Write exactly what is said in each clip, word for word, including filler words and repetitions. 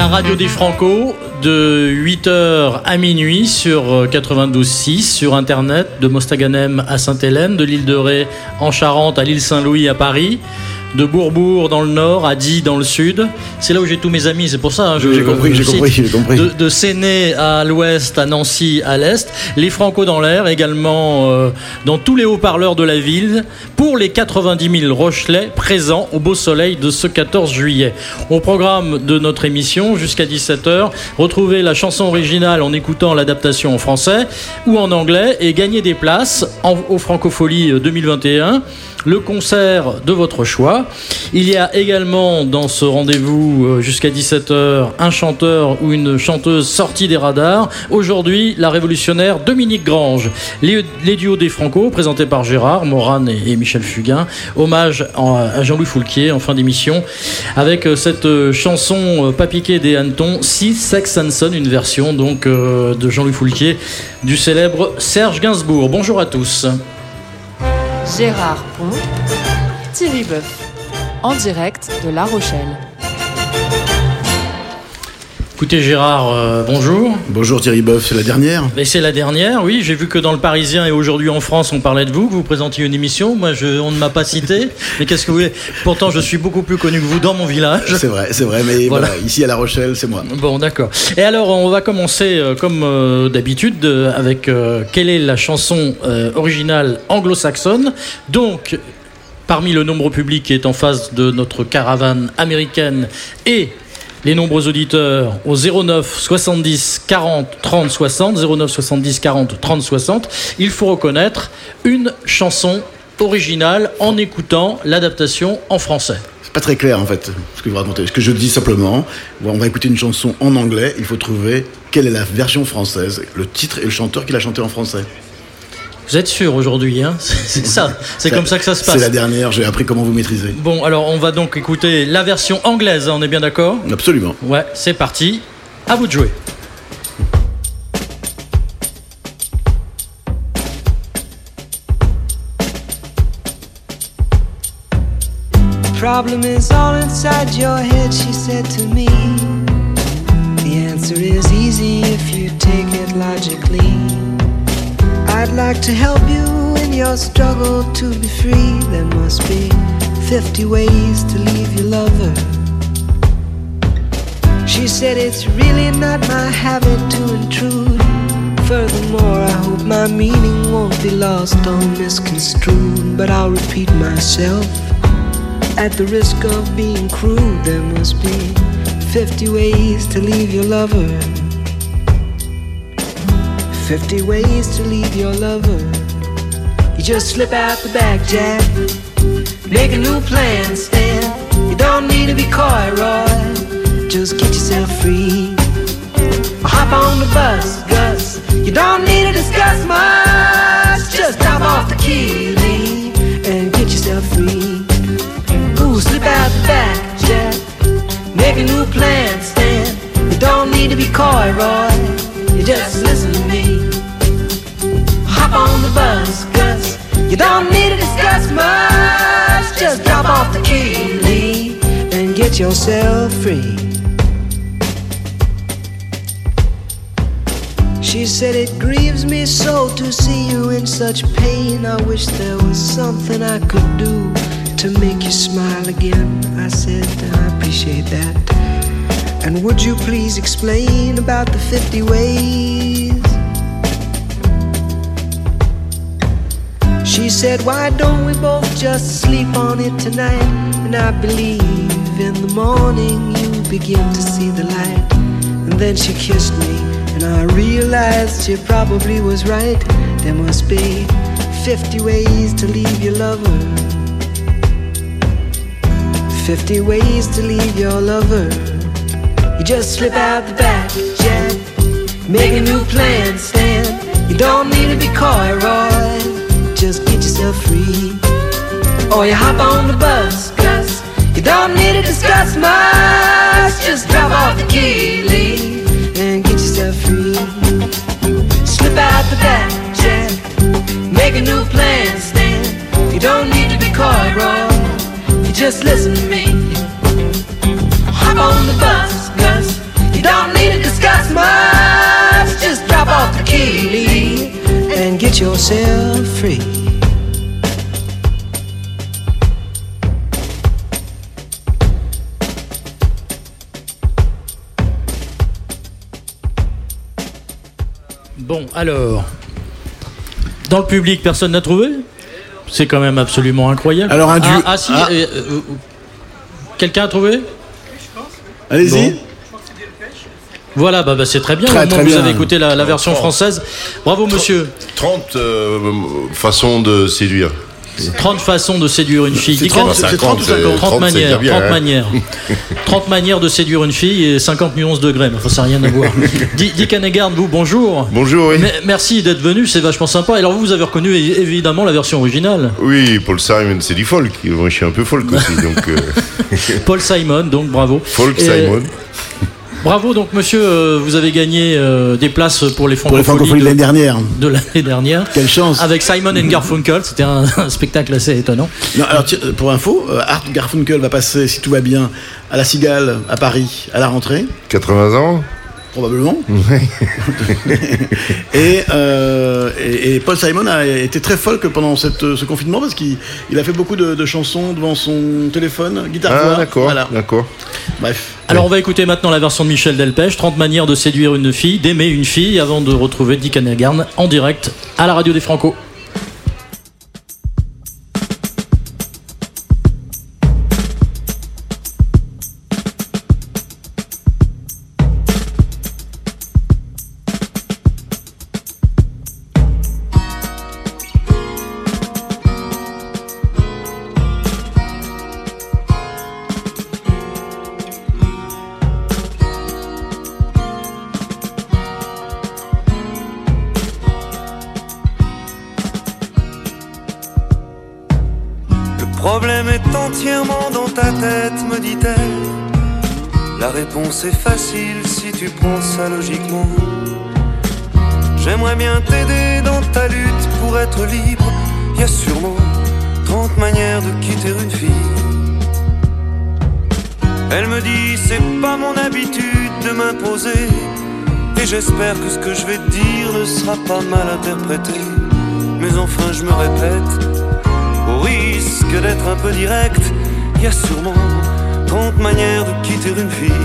La radio des Franco, de huit heures à minuit sur quatre-vingt-douze six, sur Internet, de Mostaganem à Sainte-Hélène, de l'île de Ré en Charente à l'île Saint-Louis à Paris, de Bourbourg dans le nord à Die dans le sud. C'est là où j'ai tous mes amis, c'est pour ça. Hein, je, j'ai compris, j'ai compris, j'ai compris. De, de Séné à l'ouest, à Nancy à l'est. Les Franco dans l'air, également euh, dans tous les haut-parleurs de la ville, pour les quatre-vingt-dix mille Rochelais présents au beau soleil de ce quatorze juillet. Au programme de notre émission, jusqu'à dix-sept heures, retrouvez la chanson originale en écoutant l'adaptation en français ou en anglais et gagnez des places en, aux Francopholies deux mille vingt et un. Le concert de votre choix. Il y a également dans ce rendez-vous jusqu'à dix-sept heures un chanteur ou une chanteuse sortie des radars. Aujourd'hui, la révolutionnaire Dominique Grange. Les, les duos des Franco, présentés par Gérard, Morane et, et Michel Fugain. Hommage à Jean-Louis Foulquier en fin d'émission avec cette chanson Pas piqué des hannetons, Si Sex and Son, une version donc de Jean-Louis Foulquier du célèbre Serge Gainsbourg. Bonjour à tous. Gérard Pont, Thierry Boeuf, en direct de La Rochelle. Écoutez Gérard, euh, bonjour. Bonjour Thierry Boeuf, c'est la dernière. Et c'est la dernière, oui. J'ai vu que dans le Parisien et aujourd'hui en France, on parlait de vous, que vous présentiez une émission. Moi, je, on ne m'a pas cité. Mais qu'est-ce que vous voulez ? Pourtant, je suis beaucoup plus connu que vous dans mon village. C'est vrai, c'est vrai. Mais voilà, voilà ici à La Rochelle, c'est moi. Bon, d'accord. Et alors, on va commencer euh, comme euh, d'habitude euh, avec euh, quelle est la chanson euh, originale anglo-saxonne. Donc, parmi le nombre public qui est en face de notre caravane américaine et les nombreux auditeurs au zéro neuf soixante-dix quarante trente soixante, zéro neuf soixante-dix quarante trente soixante, il faut reconnaître une chanson originale en écoutant l'adaptation en français. C'est pas très clair en fait ce que vous racontez. Ce que je dis simplement, on va écouter une chanson en anglais, il faut trouver quelle est la version française, le titre et le chanteur qui l'a chanté en français. Vous êtes sûr aujourd'hui, hein ? C'est ça, c'est, c'est comme ça que ça se passe. C'est la dernière, j'ai appris comment vous maîtriser. Bon, alors on va donc écouter la version anglaise, hein, on est bien d'accord ? Absolument. Ouais, c'est parti, à vous de jouer. The problem is all inside your head, she said to me. The answer is easy if you take it logically. I'd like to help you in your struggle to be free. There must be fifty ways to leave your lover. She said it's really not my habit to intrude. Furthermore, I hope my meaning won't be lost or misconstrued. But I'll repeat myself at the risk of being crude. There must be fifty ways to leave your lover. Fifty ways to leave your lover. You just slip out the back, Jack. Make a new plan, Stan. You don't need to be coy, Roy. Just get yourself free. Hop on the bus, Gus. You don't need to discuss much. Just drop off the key, Lee, and get yourself free. Ooh, slip out the back, Jack. Make a new plan, Stan. You don't need to be coy, Roy. You just listen to me. Hop on the bus, Gus. You don't need to discuss much. Just drop off the key, Lee, and get yourself free. She said it grieves me so to see you in such pain. I wish there was something I could do to make you smile again. I said I appreciate that. And would you please explain about the fifty ways? She said, why don't we both just sleep on it tonight? And I believe in the morning you begin to see the light. And then she kissed me, and I realized she probably was right. There must be fifty ways to leave your lover. Fifty ways to leave your lover. You just slip out the back, Jack. Make a new plan, Stan. You don't need to be coy, Roy. Just get yourself free. Or you hop on the bus, Gus. You don't need to discuss much. Just drop off the key, Lee, and get yourself free. Slip out the back, Jack. Make a new plan, Stan. You don't need to be coy, Roy. You just listen to me. Hop on the bus, Gus. much. Just drop off the key and get yourself free. Bon, alors, dans le public, personne n'a trouvé ? C'est quand même absolument incroyable. Alors un duo. Ah, ah si, Ah. euh, euh, quelqu'un a trouvé ? Allez-y. Bon. Voilà, bah, bah, c'est très bien. Très, Au moins, très vous bien. avez écouté la, la version française. Bravo, monsieur. trente euh, façons de séduire. trente façons de séduire une fille. C'est Dick trente, An- c'est trente ou cinquante? trente trente, c'est manières. bien, trente hein. manières. trente manières de séduire une fille et cinquante nuances degrés. Mais enfin, ça n'a rien à voir. Di- Dick Hanegard, vous, bonjour. Bonjour, oui. Mais- merci d'être venu, c'est vachement sympa. Alors, vous, vous avez reconnu é- évidemment la version originale. Oui, Paul Simon, c'est du folk. Moi, je suis un peu folk aussi, donc... euh, Paul Simon, donc bravo. folk Et- Simon. Bravo, donc monsieur, euh, vous avez gagné euh, des places pour les Pour les francophonies francophonies de l'année de, dernière. de l'année dernière. Quelle chance. Avec Simon and Garfunkel, c'était un, un spectacle assez étonnant. Non, alors, tiens, pour info, euh, Art Garfunkel va passer, si tout va bien, à la Cigale, à Paris, à la rentrée, quatre-vingts ans. probablement. et, euh, et, et Paul Simon a été très folk pendant cette, ce confinement parce qu'il il a fait beaucoup de, de chansons devant son téléphone, guitare-voix. Ah, d'accord, Voilà. d'accord. Bref. Alors on va écouter maintenant la version de Michel Delpech, trente manières de séduire une fille, d'aimer une fille, avant de retrouver Dick Hanegard en direct à la radio des Franco. Le problème est entièrement dans ta tête, me dit-elle. La réponse est facile si tu prends ça logiquement. J'aimerais bien t'aider dans ta lutte pour être libre. Y a sûrement trente manières de quitter une fille. Elle me dit c'est pas mon habitude de m'imposer. Et j'espère que ce que je vais te dire ne sera pas mal interprété. Mais enfin je me répète, au risque d'être un peu direct, y a sûrement trente manières de quitter une fille.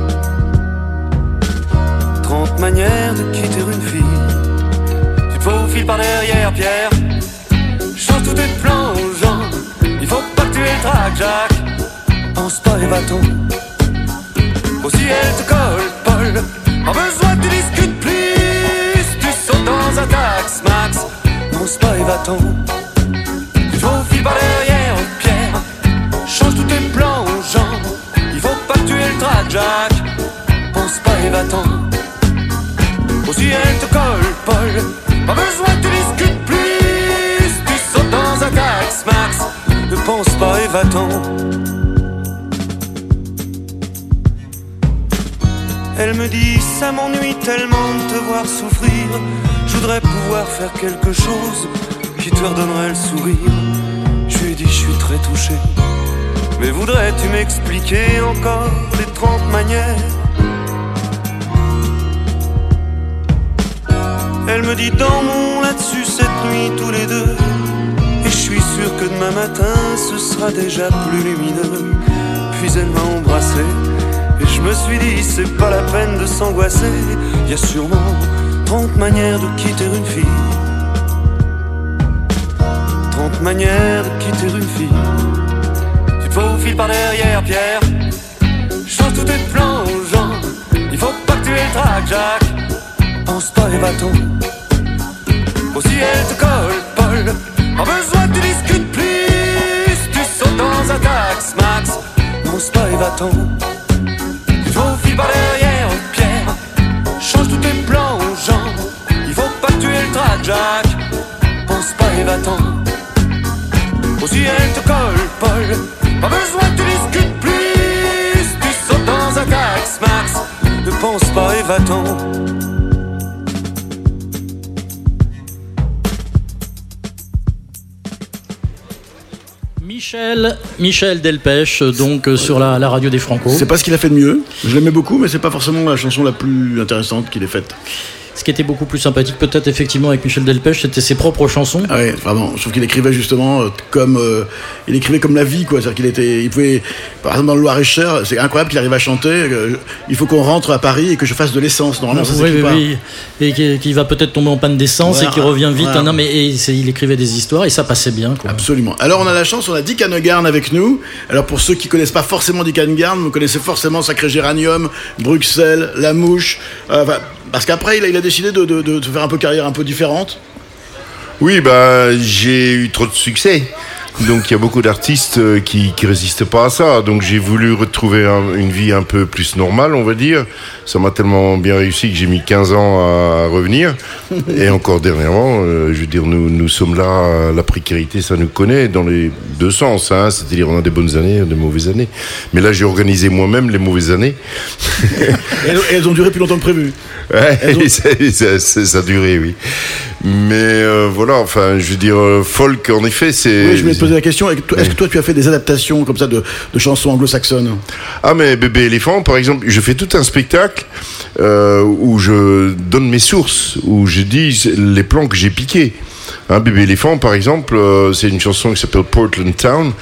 Trente manières de quitter une fille. Tu te faufiles par derrière, Pierre. Change tous tes plans aux gens. Il faut pas que tu aies le trac, Jacques. Pense pas et va-t'en. Aussi elle te colle, Paul. Pas besoin que tu discutes plus. Tu sautes dans un tax, Max. Pense pas et va-t'en. File par derrière, Pierre. Change tous tes plans aux gens. Il faut pas que tu aies le trac, Jacques. Pense pas et va-t'en. Aussi elle te colle, Paul. Pas besoin que tu discutes plus. Tu sautes dans un tax, Max. Ne pense pas et va-t'en. Elle me dit ça m'ennuie tellement de te voir souffrir. Je voudrais pouvoir faire quelque chose qui te redonnerait le sourire. Je lui ai dit je suis très touché. Mais voudrais-tu m'expliquer encore les trente manières? Elle me dit dormons là-dessus cette nuit tous les deux. Et je suis sûr que demain matin ce sera déjà plus lumineux. Puis elle m'a embrassé et je me suis dit c'est pas la peine de s'angoisser. Y a sûrement trente manières de quitter une fille. Trente manières de quitter une fille. Tu te faufiles par derrière, Pierre. Change tous tes plans aux gens. Il faut pas que tu aies le trac, Jacques. Pense pas et va-t'en. Aussi elle te colle, Paul. Pas besoin que tu discutes plus. Tu sautes dans un tax, Max. Pense pas et va-t'en. Tu te faufiles par derrière, Pierre. Change tous tes plans aux gens. Il faut pas que tu aies le trac, Jacques. Pense pas et va-t'en. Aussi elle te colle, Paul. Pas besoin que tu discutes plus. Tu sautes dans un tax, Max. Ne pense pas et va-t'en. Michel, Michel Delpech, donc euh, sur la, la radio des Franco. C'est pas ce qu'il a fait de mieux. Je l'aimais beaucoup, mais c'est pas forcément la chanson la plus intéressante qu'il ait faite. Ce qui était beaucoup plus sympathique, peut-être effectivement avec Michel Delpech, c'était ses propres chansons. Ah ouais, vraiment. Je trouve qu'il écrivait justement euh, comme euh, il écrivait comme la vie, quoi. C'est-à-dire qu'il était, il pouvait, par exemple dans le Loir-et-Cher, c'est incroyable qu'il arrive à chanter. Euh, il faut qu'on rentre à Paris et que je fasse de l'essence. Normalement, ça oui, s'écrit oui, pas. oui. Et qui, qui va peut-être tomber en panne d'essence Ouais, et qui revient vite. ouais. Ah non, mais et c'est- il écrivait des histoires et ça passait bien, quoi. Absolument. Alors on a la chance, on a Dick Annegarn avec nous. Alors pour ceux qui connaissent pas forcément Dick Annegarn, vous connaissez forcément Sacré Géranium, Bruxelles, La Mouche. Euh, enfin, parce qu'après il a, il a décidé de, de, de faire un peu carrière un peu différente. Oui, bah, j'ai eu trop de succès. Donc il y a beaucoup d'artistes euh, qui qui résistent pas à ça. Donc j'ai voulu retrouver un- une vie un peu plus normale, on va dire. Ça m'a tellement bien réussi que j'ai mis quinze ans à revenir. Et encore dernièrement, euh, je veux dire, nous nous sommes là. euh, La précarité, ça nous connaît dans les deux sens. Hein. C'est-à-dire, on a des bonnes années, des mauvaises années. Mais là, j'ai organisé moi-même les mauvaises années. Et elles, elles ont duré plus longtemps que prévu. Ouais, Elles ont- ça, ça, ça, ça a duré, oui. Mais euh, voilà, enfin, je veux dire, euh, folk, en effet, c'est... Oui, je voulais te poser la question. Est-ce que toi- est-ce que toi tu as fait des adaptations comme ça de, de chansons anglo-saxonnes? Ah, mais Bébé éléphant, par exemple, je fais tout un spectacle euh, où je donne mes sources, où je dis les plans que j'ai piqués. Hein, Bébé éléphant, par exemple, euh, c'est une chanson qui s'appelle Portland Town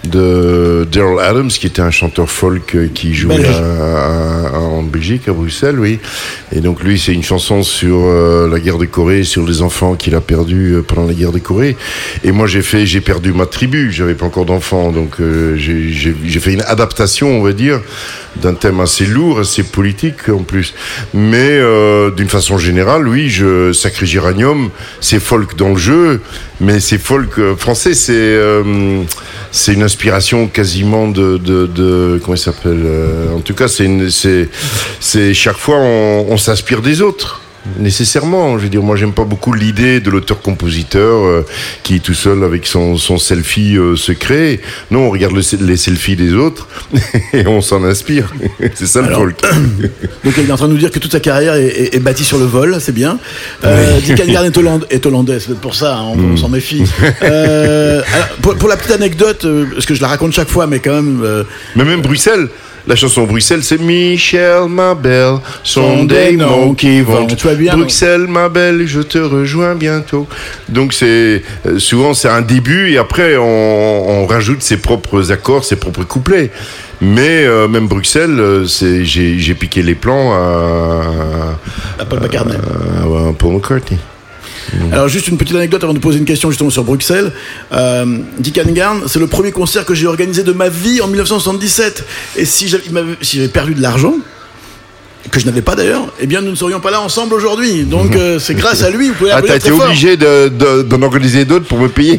de Daryl Adams, qui était un chanteur folk euh, qui jouait Belge. à- à- en Belgique, à Bruxelles, oui. Et donc lui, c'est une chanson sur euh, la guerre de Corée, sur les enfants qu'il a perdus euh, pendant la guerre de Corée. Et moi, j'ai fait, j'ai perdu ma tribu. J'avais pas encore d'enfants, donc euh, j'ai, j'ai, j'ai fait une adaptation, on va dire, d'un thème assez lourd, assez politique en plus. Mais euh, d'une façon générale, oui, je Sacré Géranium, c'est folk dans le jeu, mais c'est folk euh, français. C'est euh, c'est une inspiration quasiment de de, de comment il s'appelle. euh, en tout cas, c'est une, c'est c'est chaque fois on, on s'inspire des autres. Nécessairement, je veux dire, moi j'aime pas beaucoup l'idée de l'auteur-compositeur euh, qui tout seul avec son, son selfie euh, se crée. Non, on regarde le, les selfies des autres et on s'en inspire. C'est ça le Alors, folk. Donc il est en train de nous dire que toute sa carrière est, est- est bâtie sur le vol, c'est bien. Euh, Dick Annegarn est, holland- est hollandais, c'est peut-être pour ça, hein, on, on s'en méfie. Euh, alors, pour, pour la petite anecdote, euh, parce que je la raconte chaque fois, mais quand même... euh, Mais même Bruxelles, la chanson Bruxelles, c'est Michel, ma belle, sont des mots qui vont. Tu vois bien, Bruxelles, ma belle, je te rejoins bientôt. Donc c'est euh, souvent c'est un début et après on, on rajoute ses propres accords, ses propres couplets. Mais euh, même Bruxelles, euh, c'est j'ai j'ai piqué les plans à, à Paul McCartney. à, à Paul McCartney. Alors juste une petite anecdote avant de poser une question justement sur Bruxelles. Euh, Dick Annegarn, c'est le premier concert que j'ai organisé de ma vie en dix-neuf cent soixante-dix-sept. Et si j'avais, il m'avait- si j'avais perdu de l'argent, que je n'avais pas d'ailleurs, eh bien nous ne serions pas là ensemble aujourd'hui. Donc euh, c'est grâce à lui, vous pouvez Ah, l'applaudir t'as très été fort. obligé de, de, d'en organiser d'autres pour me payer.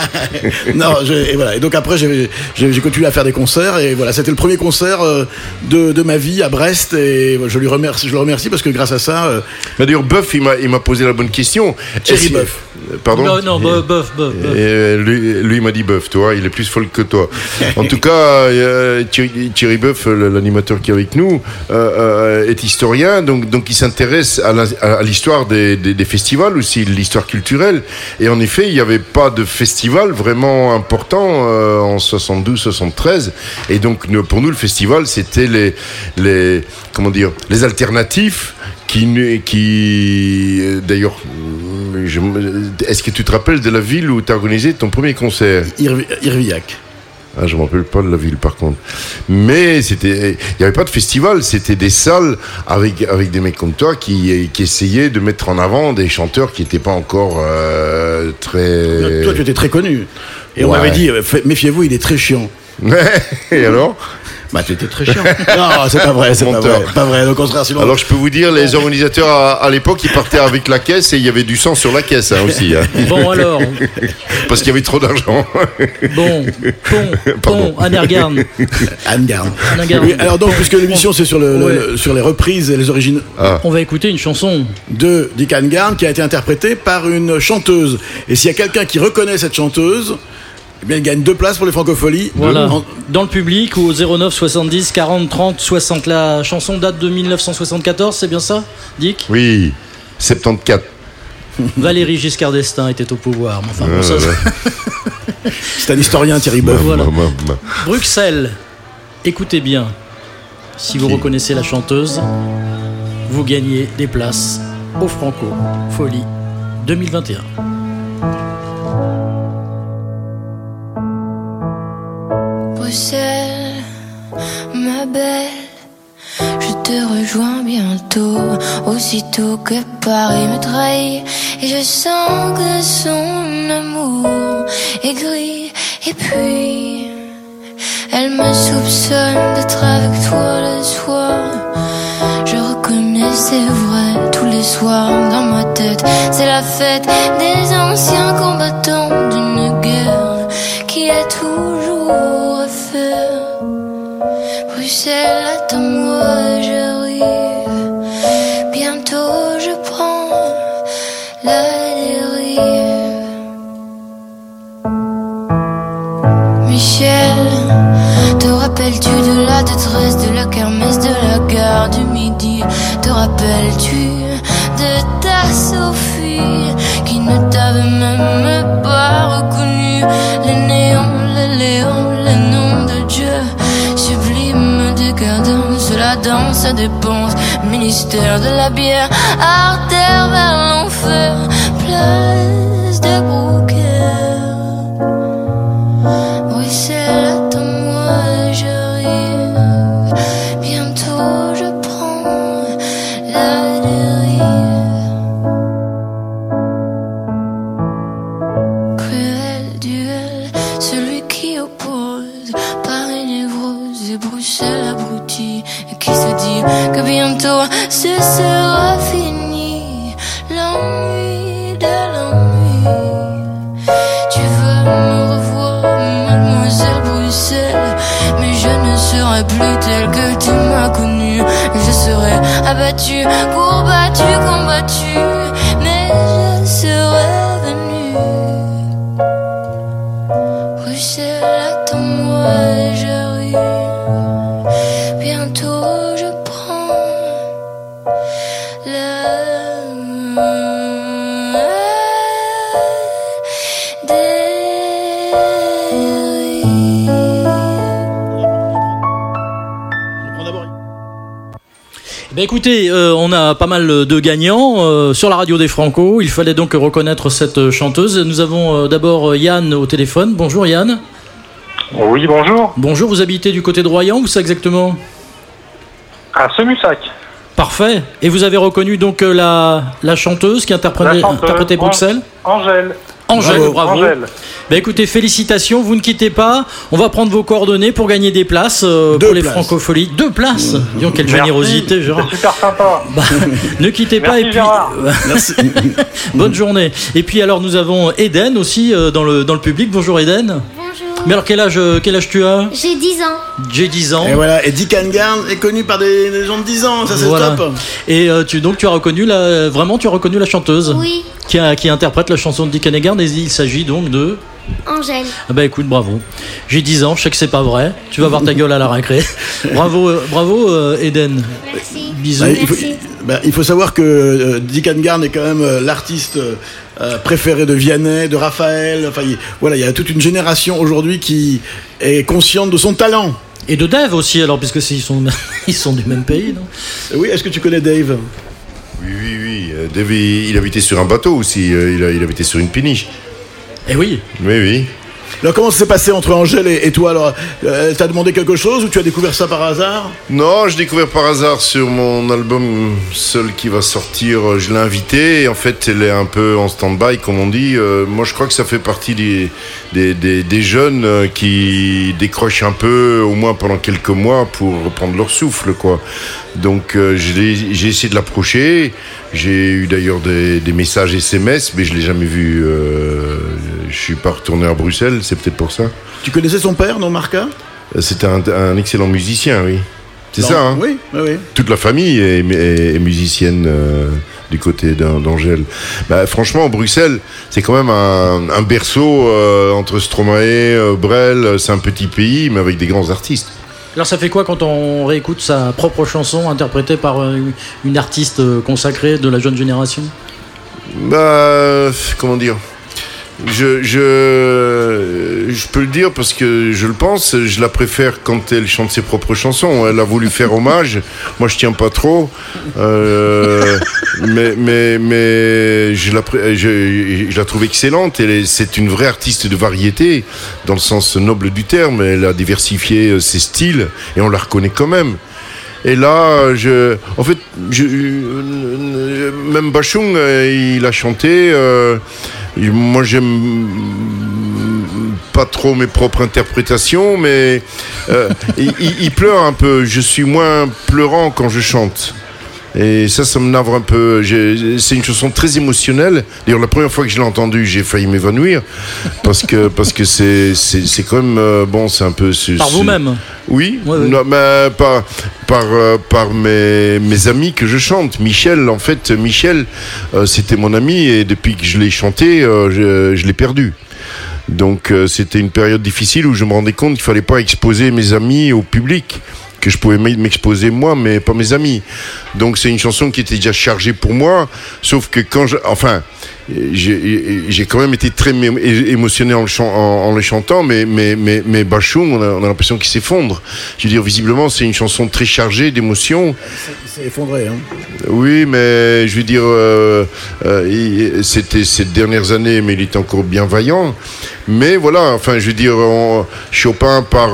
Non, je- et voilà. Et donc après, j'ai, j'ai, j'ai continué à faire des concerts. Et voilà, c'était le premier concert euh, de, de ma vie à Brest. Et je lui remercie, je le remercie parce que grâce à ça, euh, Mais d'ailleurs, Buff, il m'a, il m'a posé la bonne question. Thierry Est-ce que- Buff. Pardon? Non, non, bof, bof, bof. bof. Et lui, lui il m'a dit Buff, toi, il est plus folk que toi. En tout cas, euh, Thierry, Thierry Buff, le- l'animateur qui est avec nous, euh, euh, est historien, donc, donc il s'intéresse à, la- à l'histoire des, des, des festivals aussi, l'histoire culturelle. Et en effet, il n'y avait pas de festival vraiment important euh, en soixante-douze soixante-treize. Et donc, nous- pour nous, le festival, c'était les, les, comment dire, les alternatifs qui, nu- qui euh, d'ailleurs, je me- est-ce que tu te rappelles de la ville où tu as organisé ton premier concert? Irvi- Irviac. Ah, je me rappelle pas de la ville par contre. Mais c'était, il n'y avait pas de festival, c'était des salles avec avec des mecs comme toi qui qui essayaient de mettre en avant des chanteurs qui n'étaient pas encore euh, très. Toi, tu étais très connu. Et on Ouais. m'avait dit, euh, fait- méfiez-vous, il est très chiant. Et alors? Bah, tu étais très chiant. Non, c'est pas vrai, c'est pas Menteur. vrai. Pas vrai, au contraire, sinon. Alors je peux vous dire, les organisateurs à, à l'époque, ils partaient avec la caisse et il y avait du sang sur la caisse hein, aussi, hein, Bon alors, parce qu'il y avait trop d'argent. bon, bon, Pardon. bon, Annegarn. Annegarn. Annegarn. Oui, alors donc, puisque l'émission c'est sur, le, le- Ouais. le- sur les reprises et les origines On va écouter une chanson. de Dick Annegarn qui a été interprétée par une chanteuse. Et s'il y a quelqu'un qui reconnaît cette chanteuse, eh bien, il gagne deux places pour les Francopholies. Voilà. En- Dans le public ou au zéro neuf soixante-dix quarante trente soixante. La chanson date de mille neuf cent soixante-quatorze, c'est bien ça, Dick? Oui, soixante-quatorze. Valéry Giscard d'Estaing était au pouvoir. Mais enfin, bon, Ah, ça, ouais. C'est un historien, Thierry Boeuf. Voilà. Bah, bah, bah. Bruxelles, écoutez bien. Si vous Qui reconnaissez la chanteuse, vous gagnez des places au Franco Folie deux mille vingt et un. Bruxelles, ma belle, je te rejoins bientôt, aussitôt que Paris me trahit, et je sens que son amour est gris, et puis elle me soupçonne d'être avec toi le soir. Je reconnais, c'est vrai, tous les soirs dans ma tête, c'est la fête des anciens combattants d'une guerre qui a toujours à faire. Bruxelles, attends-moi, j'arrive. Bientôt je prends la dérive. Michel, te rappelles-tu de la détresse, de la kermesse, de la gare du midi? Te rappelles-tu de ta Sophie qui ne t'avait même pas reconnu? Les néons, les léons, les noms de Dieu, sublime décadence, la danse à dépense, ministère de la bière, artère vers l'enfer, place de Brouckère. Bruxelles, attends-moi, j'arrive. Bientôt je prends la dérive. Cruel duel, celui qui oppose Paris névrose et Bruxelles abruti, et qui se dit que bientôt ce sera fini, l'ennui de l'ennui. Tu vas me revoir, mademoiselle Bruxelles, mais je ne serai plus telle que tu m'as connue. Je serai abattue, courbattue, combattue, mais je serai venue. Bruxelles, attends-moi, j'arrive. Bientôt je prends la Ben écoutez, euh, on a pas mal de gagnants euh, sur la radio des Franco. Il fallait donc reconnaître cette chanteuse. Nous avons euh, d'abord Yann au téléphone. Bonjour Yann. Oui, bonjour. Bonjour, vous habitez du côté de Royan, où ça exactement? À Semussac. Parfait. Et vous avez reconnu donc euh, la, la chanteuse qui interprétait, La chanteuse, interprétait Bruxelles? Angèle. Angèle, bravo. Bravo. Angèle. Ben écoutez, félicitations, vous ne quittez pas. On va prendre vos coordonnées pour gagner des places euh, Deux pour les places. Francopholies. Deux places. Disons, quelle Merci, générosité, Gérard. c'est super sympa. Bah, ne quittez pas. Merci, Et puis, Gérard. Merci. bonne journée. Et puis alors nous avons Eden aussi euh, dans le dans le public. Bonjour Eden. Bonjour. Mais alors quel âge euh, quel âge tu as? J'ai dix ans. J'ai dix ans. Et voilà, et Dick Angarn est connu par des, des gens de dix ans, ça c'est Voilà. top. Et euh, tu donc tu as reconnu la vraiment tu as reconnu la chanteuse Oui, qui a, qui interprète la chanson de Dick Angarn. Et il s'agit donc de Angèle. ah bah écoute, bravo. J'ai dix ans, je sais que c'est pas vrai. Tu vas voir ta gueule à la récré. Bravo, euh, bravo euh, Eden. Merci. Bisous. Bah, il, faut, Merci. bah, il faut savoir que euh, Dick Angarn est quand même euh, l'artiste euh, préféré de Vianney, de Raphaël. Enfin, il, voilà, il y a toute une génération aujourd'hui qui est consciente de son talent. Et de Dave aussi alors, puisque c'est- ils sont ils sont du même pays, non? Euh, Oui, est-ce que tu connais Dave? Oui, oui, oui. Euh, Dave, il il habitait sur un bateau aussi. euh, Il, a- il habitait sur une péniche. Eh oui. Oui, oui. Alors comment ça s'est passé entre Angèle et, et toi alors? euh, Elle t'a demandé quelque chose ou tu as découvert ça par hasard? Non, j'ai découvert par hasard sur mon album Seul qui va sortir. Je l'ai invitée et en fait, elle est un peu en stand-by, comme on dit. Euh, moi, je crois que ça fait partie des, des, des, des jeunes euh, qui décrochent un peu, au moins pendant quelques mois, pour reprendre leur souffle, quoi. Donc, euh, je l'ai- j'ai essayé de l'approcher. J'ai eu d'ailleurs des, des messages S M S, mais je l'ai jamais vu. Euh, je suis pas retourné à Bruxelles, c'est peut-être pour ça. Tu connaissais son père, non, Marca? Euh, C'était un, un excellent musicien, oui. C'est Non. ça, hein? Oui, oui, oui. Toute la famille est, est- est musicienne euh, du côté d'An- d'Angèle. Bah, franchement, Bruxelles, c'est quand même un, un berceau euh, entre Stromae, euh, Brel. C'est un petit pays, mais avec des grands artistes. Alors ça fait quoi quand on réécoute sa propre chanson interprétée par euh, une artiste euh, consacrée de la jeune génération? Bah, comment dire Je, je, je peux le dire parce que je le pense, je la préfère quand elle chante ses propres chansons. Elle a voulu faire hommage, moi je tiens pas trop, euh, mais, mais, mais je, la, je, je la trouve excellente. Elle est, c'est une vraie artiste de variété, dans le sens noble du terme. Elle a diversifié ses styles et on la reconnaît quand même. Et là, je, en fait, je, même Bachung, il a chanté. Euh, moi, j'aime pas trop mes propres interprétations, mais euh, il, il pleure un peu. Je suis moins pleurant quand je chante. Et ça, ça me navre un peu. J'ai, c'est une chanson très émotionnelle. D'ailleurs, la première fois que je l'ai entendue, j'ai failli m'évanouir parce que parce que c'est c'est, c'est quand même euh, bon, c'est un peu c'est, par c'est... vous-même. Oui, ouais, ouais. Non, mais par par euh, par mes mes amis que je chante. Michel, en fait, Michel, euh, c'était mon ami et depuis que je l'ai chanté, euh, je, je l'ai perdu. Donc, euh, c'était une période difficile où je me rendais compte qu'il fallait pas exposer mes amis au public. Que je pouvais m'exposer moi, mais pas mes amis. Donc c'est une chanson qui était déjà chargée pour moi, sauf que quand je... Enfin, j'ai, j'ai quand même été très émotionné en le, chant, en, en le chantant, mais, mais, mais, mais Bachung, on a, on a l'impression qu'il s'effondre. Je veux dire, visiblement, c'est une chanson très chargée d'émotions. Il s'est effondré, hein. Oui, mais je veux dire, euh, euh, c'était ces dernières années, mais il est encore bien vaillant. Mais voilà, enfin, je veux dire, on, Chopin par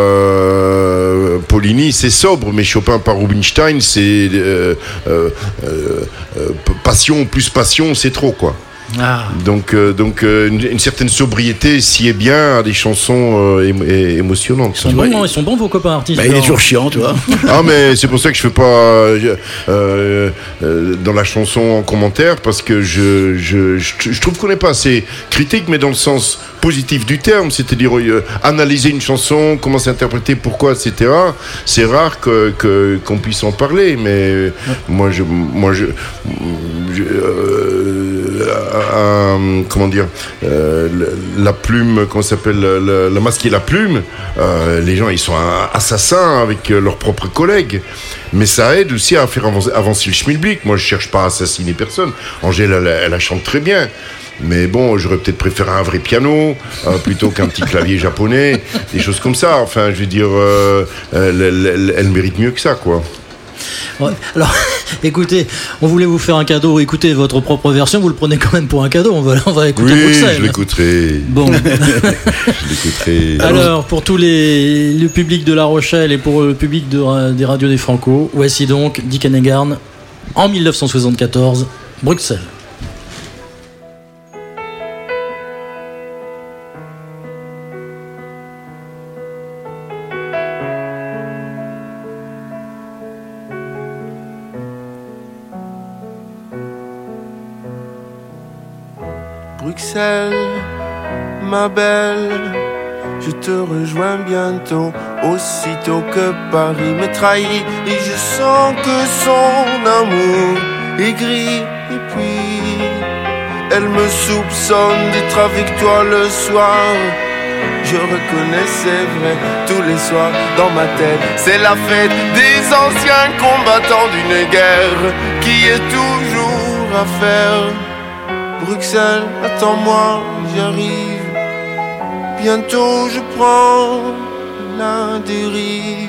euh, Paulini, c'est sobre, mais Chopin par Rubinstein, c'est euh, euh, euh, passion plus passion, c'est trop, quoi. Ah. Donc, euh, donc euh, une, une certaine sobriété s'y est bien à des chansons euh, émo- émotionnantes. Ils sont, bons, hein, ils sont bons vos copains artistes. Bah, il est toujours chiant, tu vois. Ah, mais c'est pour ça que je fais pas euh, euh, euh, dans la chanson en commentaire, parce que je, je, je, je trouve qu'on n'est pas assez critique, mais dans le sens positif du terme, c'est-à-dire euh, analyser une chanson, comment s'interpréter, pourquoi, et cetera. C'est rare que, que, qu'on puisse en parler, mais ouais. moi, je, moi, je, je euh, euh, comment dire, euh, la plume, comment ça s'appelle, la, la masque et la plume. Euh, les gens, ils sont assassins avec leurs propres collègues. Mais ça aide aussi à faire avancer, avancer le schmilblick. Moi, je cherche pas à assassiner personne. Angèle, elle, elle, elle chante très bien. Mais bon, j'aurais peut-être préféré un vrai piano euh, plutôt qu'un petit clavier japonais, des choses comme ça. Enfin, je veux dire, euh, elle, elle, elle, elle mérite mieux que ça, quoi. Ouais. Alors, écoutez, on voulait vous faire un cadeau. Écoutez votre propre version, vous le prenez quand même pour un cadeau. On va, on va écouter oui, Bruxelles. je l'écouterai. Bon. je l'écouterai. Alors, pour tous les le public de La Rochelle et pour le public de, des radios des Franco, voici donc Dick Annegarn en dix-neuf cent soixante-quatorze, Bruxelles. Bruxelles, ma belle, je te rejoins bientôt, aussitôt que Paris me trahit et je sens que son amour est gris. Et puis, elle me soupçonne d'être avec toi le soir. Je reconnais, c'est vrai, tous les soirs dans ma tête, c'est la fête des anciens combattants d'une guerre qui est toujours à faire. Bruxelles, attends-moi, j'arrive. Bientôt je prends la dérive.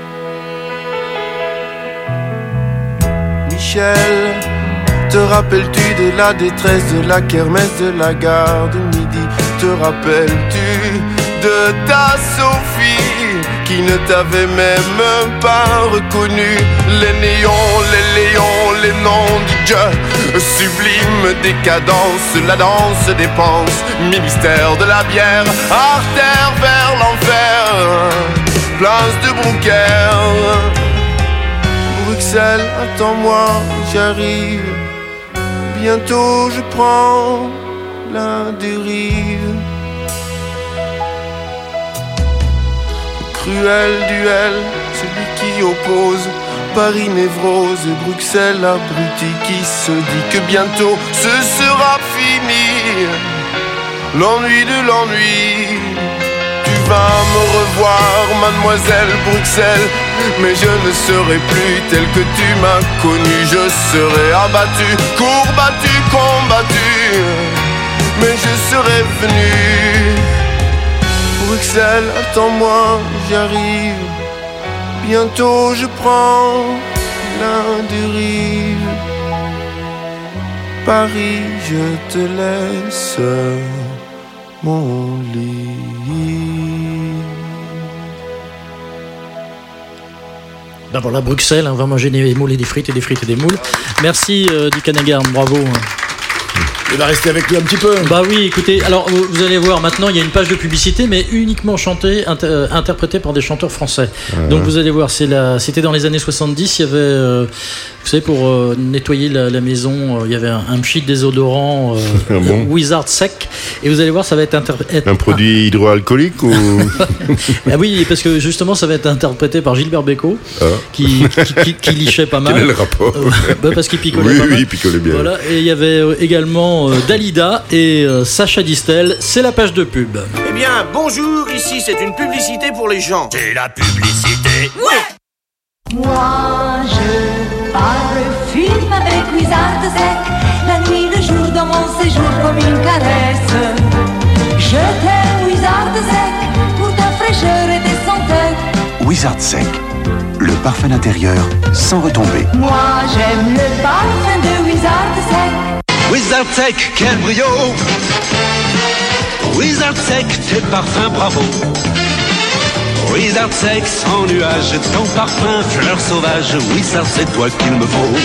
Michel, te rappelles-tu de la détresse de la kermesse de la gare de midi? Te rappelles-tu de ta Sophie qui ne t'avait même pas reconnu? Les néons, les léons, les noms du Dieu sublime décadence, la danse des penses, ministère de la bière, artère vers l'enfer, place de Brouckère. Bruxelles, attends-moi, j'arrive. Bientôt je prends la dérive. Cruel duel, celui qui oppose Paris névrose et Bruxelles abruti qui se dit que bientôt ce sera fini. L'ennui de l'ennui, tu vas me revoir, mademoiselle Bruxelles. Mais je ne serai plus tel que tu m'as connu. Je serai abattu, courbattu, combattu, mais je serai venu. Bruxelles, attends-moi, j'arrive. Bientôt je prends l'un des rives. Paris, je te laisse mon lit. Ben voilà, Bruxelles, on va manger des moules et des frites et des frites et des moules. Merci euh, Dick Hannigan, bravo. Il va rester avec nous un petit peu. Bah oui, écoutez, alors vous, vous allez voir, maintenant il y a une page de publicité, mais uniquement chantée, inter, euh, interprétée par des chanteurs français. Uh-huh. Donc vous allez voir, c'est la, c'était dans les années soixante-dix, il y avait, euh, vous savez, pour euh, nettoyer la, la maison, euh, il y avait un, un pchit désodorant, euh, ah bon Wizard Sec, et vous allez voir, ça va être... Inter- être un produit ah. hydroalcoolique ou... Ah oui, parce que justement, ça va être interprété par Gilbert Bécaud, ah. qui, qui, qui, qui lichait pas mal. Quel est le rapport euh, bah Parce qu'il picolait oui, pas oui, mal. il picolait bien. Voilà, et il y avait euh, également euh, Dalida et euh, Sacha Distel, c'est la page de pub. Eh bien, bonjour, ici c'est une publicité pour les gens. C'est la publicité. Ouais. Moi, je parle film avec Wizard Sec, la nuit, le jour, dans mon séjour comme une caresse. Je t'aime, Wizard Sec, pour ta fraîcheur et tes senteurs. Wizard Sec, le parfum intérieur sans retomber. Moi, j'aime le parfum de Wizard Sec. Wizard Sec, quel brio! Wizard Sec, tes parfums, bravo! Wizard Sec, sans nuage, ton parfum, fleur sauvage, Wizard, c'est toi qu'il me faut.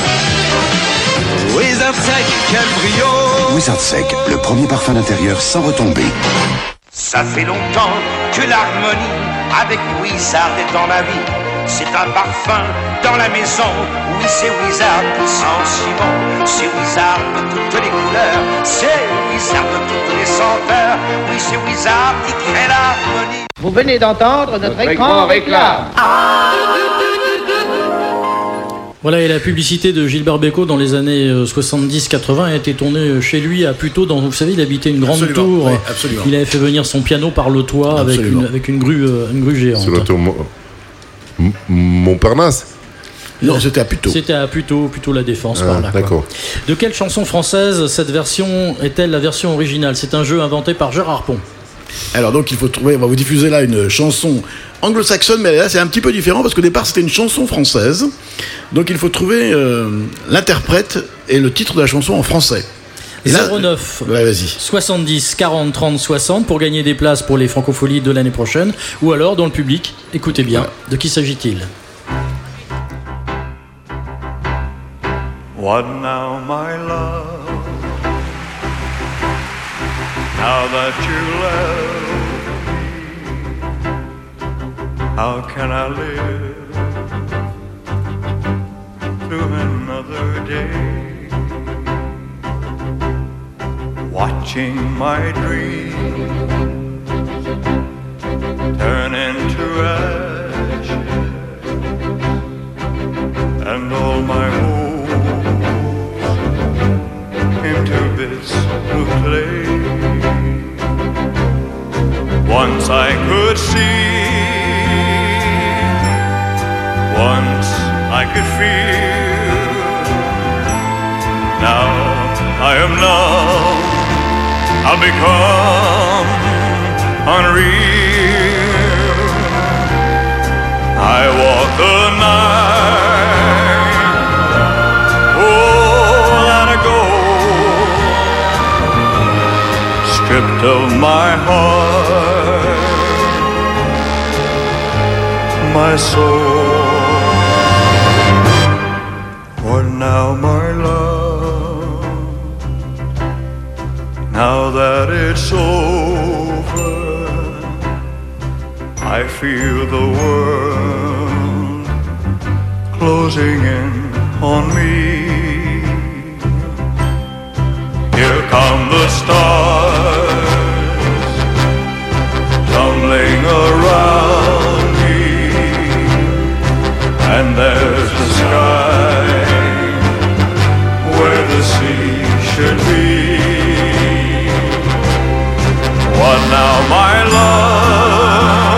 Wizard Sec, quel brio! Wizard Sec, le premier parfum d'intérieur sans retomber. Ça fait longtemps que l'harmonie avec Wizard est dans ma vie. C'est un parfum dans la maison. Oui, c'est Wizard, sensiblement. C'est Wizard de toutes les couleurs. C'est Wizard de toutes les senteurs. Oui, c'est Wizard qui crée l'harmonie. Vous venez d'entendre notre, notre écran réclame. Voilà, et la publicité de Gilbert Bécaud dans les années soixante-dix quatre-vingts a été tournée chez lui à Puteaux. Dans, vous savez, il habitait une grande absolument, tour. Oui, absolument. Il avait fait venir son piano par le toit avec une, avec une grue, une grue géante. Sur la tour Mo- M- Montparnasse. Non, c'était à Puteaux. C'était à Puteaux, plutôt la Défense, ah, par là. D'accord. Quoi. De quelle chanson française cette version est-elle la version originale? C'est un jeu inventé par Gérard Pont. Alors donc il faut trouver, on va vous diffuser là une chanson anglo-saxonne, mais là c'est un petit peu différent parce qu'au départ c'était une chanson française. Donc il faut trouver euh, l'interprète et le titre de la chanson en français. Et zéro neuf là, ouais, vas-y. soixante-dix quarante trente soixante pour gagner des places pour les Francopholies de l'année prochaine. Ou alors dans le public, écoutez bien, voilà. De qui s'agit-il? What now, my love? Now that you left me, how can I live through another day? Watching my dream turn into ashes and all my hopes into bits of clay. Once I could see, once I could feel. Now I am numb, I'll become unreal. I walk the night, oh, let it go, stripped of my heart, my soul. What now, my love? Now that it's over, I feel the world closing in on me. Here come the stars tumbling around me, and there's the sky where the sea should be. What now, my love?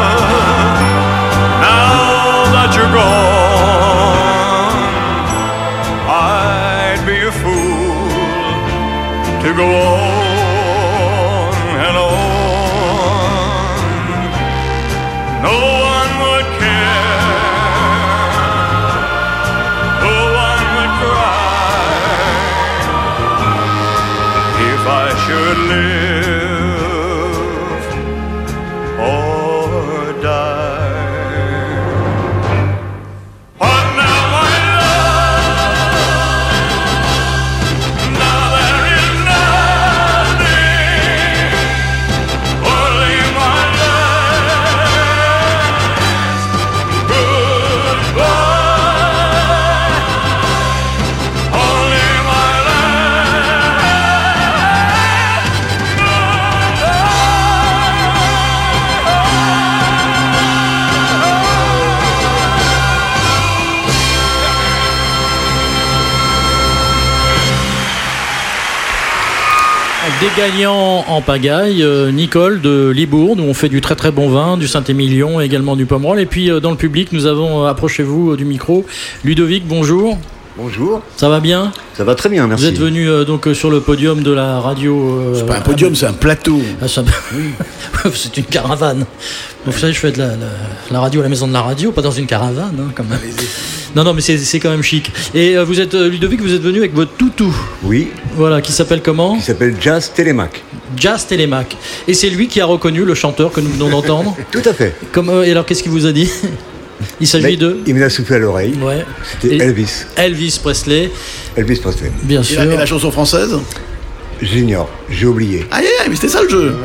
Des gagnants en pagaille, euh, Nicole de Libourne, où on fait du très très bon vin, du Saint-Émilion et également du Pomerol. Et puis euh, dans le public, nous avons, euh, approchez-vous euh, du micro, Ludovic, bonjour. Bonjour. Ça va bien ? Ça va très bien, merci. Vous êtes venu euh, donc euh, sur le podium de la radio. Euh, c'est pas un podium, c'est un plateau. Ah, ça... c'est une caravane. Vous savez, je fais de la, la, la radio à la maison de la radio, pas dans une caravane, hein, quand même. Non, non, mais c'est, c'est quand même chic. Et euh, vous êtes, euh, Ludovic, vous êtes venu avec votre toutou. Oui. Voilà, qui s'appelle comment ? Qui s'appelle Jazz Télémac. Jazz Télémac. Et c'est lui qui a reconnu le chanteur que nous venons d'entendre. Tout à fait. Comme, euh, et alors, qu'est-ce qu'il vous a dit ? Il s'agit Mais, de... Il me l'a soufflé à l'oreille. Ouais. C'était et Elvis. Elvis Presley. Elvis Presley. Bien et sûr. La, et la chanson française ? J'ignore, j'ai oublié. Aïe, aïe, mais c'était ça le jeu.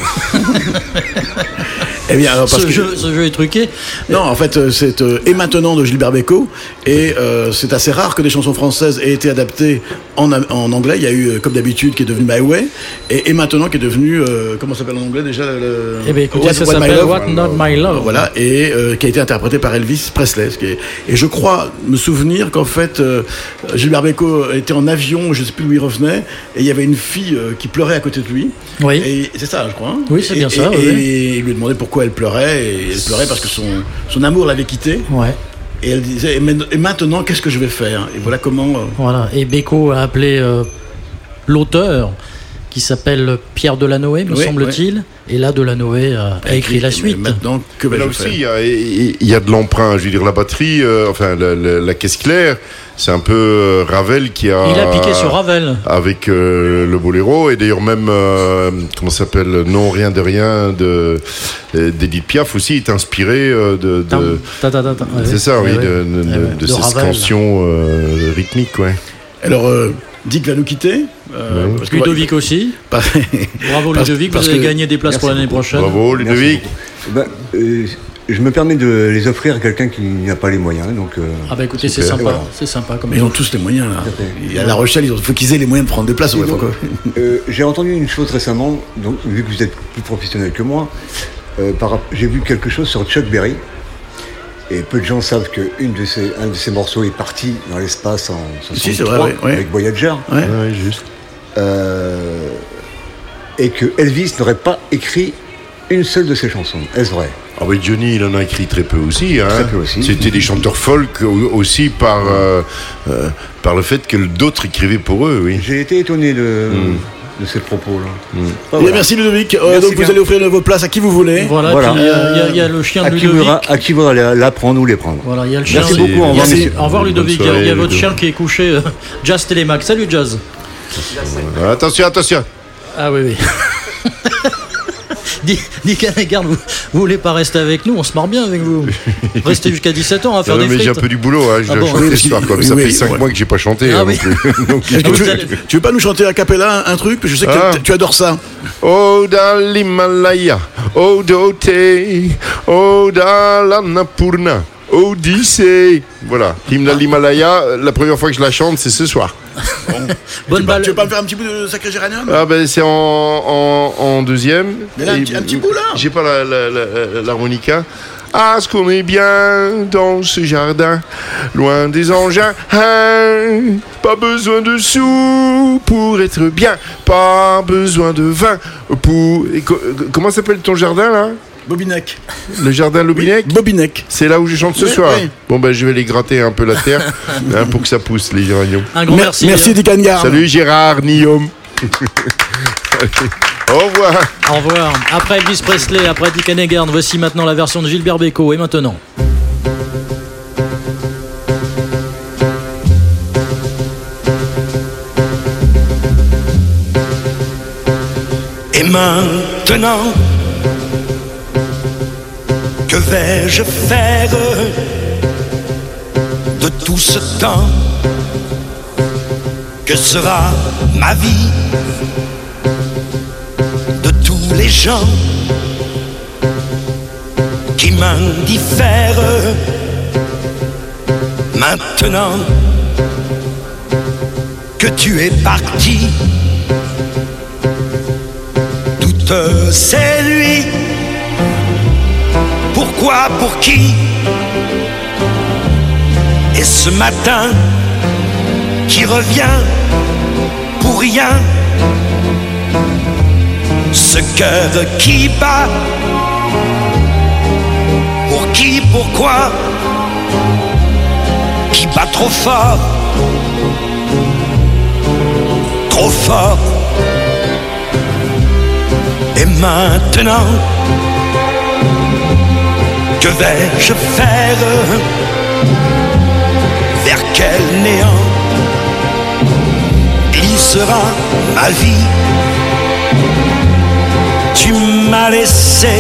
Eh bien, alors, parce ce, que... jeu, ce jeu est truqué. Non, en fait, c'est euh, Et maintenant de Gilbert Bécaud. Et euh, c'est assez rare que des chansons françaises aient été adaptées en, en anglais. Il y a eu, comme d'habitude, qui est devenu My Way. Et, et maintenant, qui est devenu. Euh, comment ça s'appelle en anglais déjà le... Eh bien, écoutez, What, ça What s'appelle My Love. What Not My Love. Voilà, et euh, qui a été interprété par Elvis Presley. Ce qui est... Et je crois me souvenir qu'en fait, euh, Gilbert Bécaud était en avion, je ne sais plus où il revenait, et il y avait une fille euh, qui pleurait à côté de lui. Oui. Et c'est ça, je crois. Hein. Oui, c'est bien et, ça. Et, oui. et il lui demandait pourquoi elle pleurait. Et elle pleurait parce que son, son amour l'avait quittée. Ouais. Et elle disait, et maintenant, qu'est-ce que je vais faire ? Et voilà comment... Euh... Voilà. Et Bécaud a appelé euh, l'auteur, qui s'appelle Pierre Delanoë, me oui, semble-t-il. Oui. Et là, Delanoë a, a écrit la suite. Maintenant, que vais-je faire ? Là aussi, il y, a, il y a de l'emprunt. Je veux dire, la batterie, euh, enfin, la, la, la caisse claire, c'est un peu euh, Ravel qui a... Il a piqué sur Ravel. Avec euh, le boléro. Et d'ailleurs, même, euh, comment ça s'appelle ? Non, rien de rien de, d'Edith Piaf aussi est inspiré euh, de... de ta, ta, ta, ta. C'est ouais, ça, ouais, oui, ouais. de, de, ouais, de, de ces scansions euh, rythmiques, ouais. Alors, euh, Dick va nous quitter. Euh, ouais. parce que Ludovic aussi. Bravo Ludovic, vous avez que... gagné des places pour l'année prochaine. Bravo Ludovic. Ben, euh, je me permets de les offrir à quelqu'un qui n'a pas les moyens. Donc, euh, ah bah écoutez, c'est sympa, voilà. c'est sympa. Comme Mais ils ont tous les moyens là. Il y a La Rochelle, il faut qu'ils aient les moyens de prendre des places. Donc, euh, j'ai entendu une chose récemment, donc, vu que vous êtes plus professionnel que moi, euh, par, j'ai vu quelque chose sur Chuck Berry. Et peu de gens savent qu'un de ces, un de ces morceaux est parti dans l'espace en soixante-trois si, vrai, ouais, avec ouais. Voyager. Ouais, ouais juste. Euh, et que Elvis n'aurait pas écrit une seule de ses chansons. Est-ce vrai ? Ah oui, Johnny, il en a écrit très peu aussi. Hein. Très peu aussi. C'était des chanteurs folk aussi par, euh, euh, par le fait que d'autres écrivaient pour eux, oui. J'ai été étonné de... Mm. de ces propos-là. Mmh. Ah, voilà. Merci Ludovic. Euh, merci donc bien. Vous allez offrir vos places à qui vous voulez. Voilà. voilà. Il euh, y, y, y a le chien de à Ludovic. Qui voudra, à qui voudra la, la prendre ou les prendre. Voilà, il y a le chien. Merci de... beaucoup. Au revoir, merci. Au revoir Ludovic. Il y a, y a votre chien qui est couché. Euh, Jazz Télémac. Salut Jazz. Euh, attention, attention. Ah oui, oui. Dick Hanegard, vous, vous voulez pas rester avec nous ? On se marre bien avec vous. Restez jusqu'à dix-sept ans à faire non, des mais frites. j'ai un peu du boulot, hein. Je ah dois bon, chanter oui, ce soir. Comme oui, ça oui, fait cinq ouais. mois que j'ai pas chanté. Ah hein, oui. Donc, tu, tu, veux, tu veux pas nous chanter a cappella un, un truc ? Je sais que ah. tu adores ça. Oh dans l'Himalaya, oh dote, oh dans l'Annapurna, Odyssée. Voilà, l'hymne de l'Himalaya, la première fois que je la chante, c'est ce soir. Bon. Bonne tu, balle. Tu veux pas me faire un petit bout de Sacré Géranium ? Ah ben c'est en, en, en deuxième. Mais là, un, petit, un petit bout là. J'ai pas la, la, la, l'harmonica. Ah, ce qu'on est bien dans ce jardin, loin des engins. Hein, pas besoin de sous pour être bien, pas besoin de vin pour. Et co- comment s'appelle ton jardin là ? Bobinec. Le jardin Lobinec ? Oui, Bobinec. C'est là où je chante ce oui, soir. Oui. Bon ben je vais les gratter un peu la terre hein, pour que ça pousse les géraniums. Un grand merci. Merci Dick Hanegard. Salut Gérard, Niom. Okay. Au revoir. Au revoir. Après Elvis Presley, après Dick Hanegard, voici maintenant la version de Gilbert Bécaud. Et maintenant. Et maintenant, que vais-je faire de tout ce temps? Que sera ma vie de tous les gens qui m'indiffèrent? Maintenant que tu es parti, toutes ces nuits, pourquoi, pour qui? Et ce matin qui revient pour rien, ce cœur qui bat. Pour qui, pourquoi? Qui bat trop fort, trop fort. Et maintenant, que vais-je faire? Vers quel néant glissera ma vie? Tu m'as laissé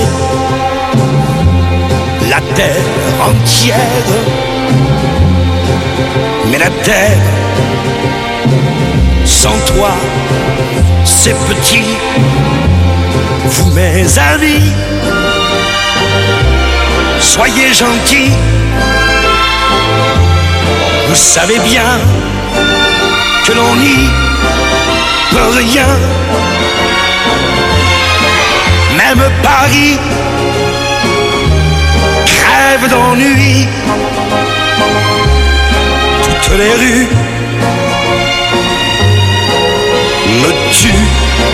la terre entière, mais la terre sans toi c'est petit. Vous mes amis, soyez gentils, vous savez bien que l'on n'y peut rien. Même Paris crève d'ennui, toutes les rues me tuent.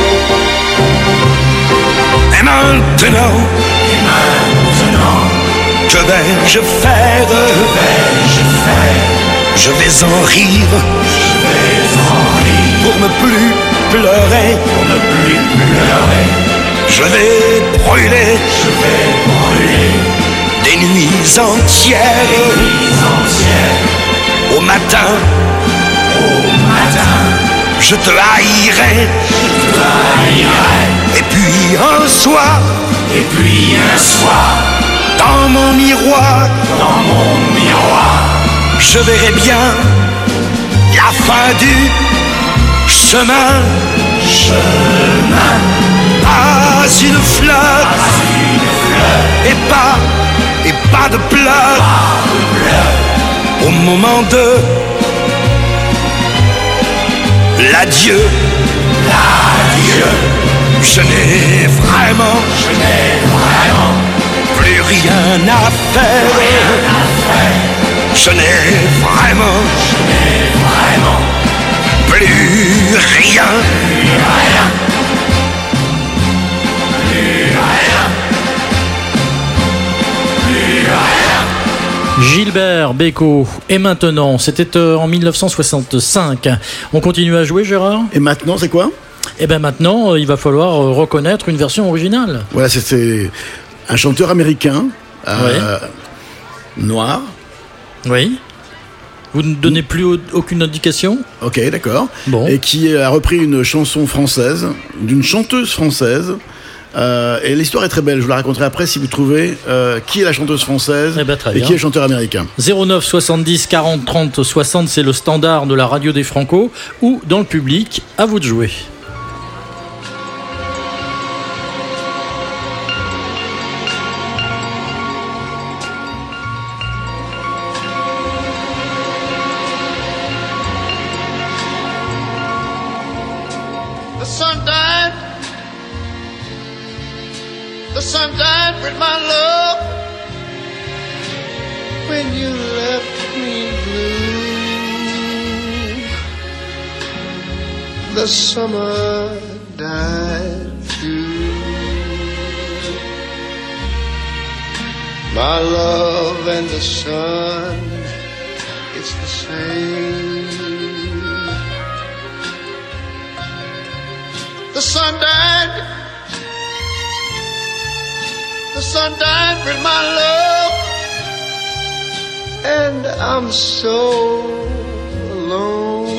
Et maintenant, et maintenant, que vais-je faire? Que vais-je faire? Je vais en rire, je vais en rire, pour ne plus pleurer, pour ne plus pleurer. Je vais brûler, je vais brûler des nuits entières, des nuits entières. Au matin, au matin, je te haïrai, je te haïrai. Et puis un soir, et puis un soir, dans mon miroir, dans mon miroir, je verrai bien la fin du chemin, chemin. Pas une fleur, pas une fleur, et pas, et pas de pleurs, pas de pleurs. Au moment de l'adieu, l'adieu, je n'ai vraiment, je n'ai vraiment plus rien à faire, rien à faire. Je n'ai vraiment, je n'ai vraiment plus rien, plus rien. Gilbert Bécaud. Et maintenant, c'était euh, en dix-neuf cent soixante-cinq. On continue à jouer, Gérard? Et maintenant, c'est quoi? Eh bien maintenant, euh, il va falloir euh, reconnaître une version originale. Voilà, c'est un chanteur américain, euh, oui. noir. Oui. Vous ne donnez plus au- aucune indication? Ok, d'accord. Bon. Et qui a repris une chanson française, d'une chanteuse française. Euh, et l'histoire est très belle, je vous la raconterai après si vous trouvez euh, qui est la chanteuse française eh ben, très et bien. qui est le chanteur américain. zéro neuf soixante-dix quarante trente soixante, c'est le standard de la radio des Franco, ou dans le public, à vous de jouer. The sun died. The sun died with my love when you left me blue. The summer died too. My love and the sun, it's the same. The sun died. The sun died with my love, and I'm so alone.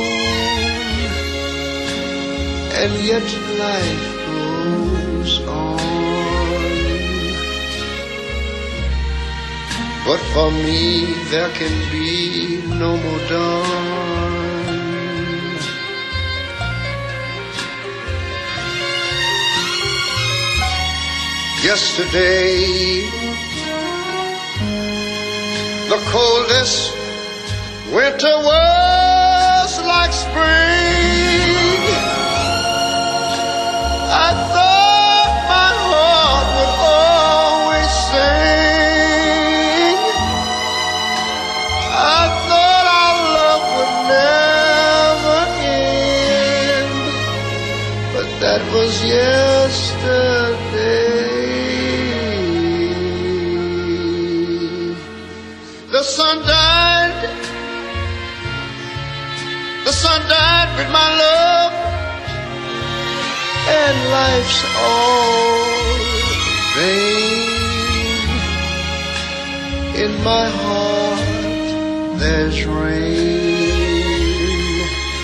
And yet life goes on. But for me there can be no more dawn. Yesterday, the coldest winter was like spring. I thought my heart would always sing. I thought our love would never end, but that was yesterday. The sun died. The sun died with my love, and life's all vain. In my heart there's rain,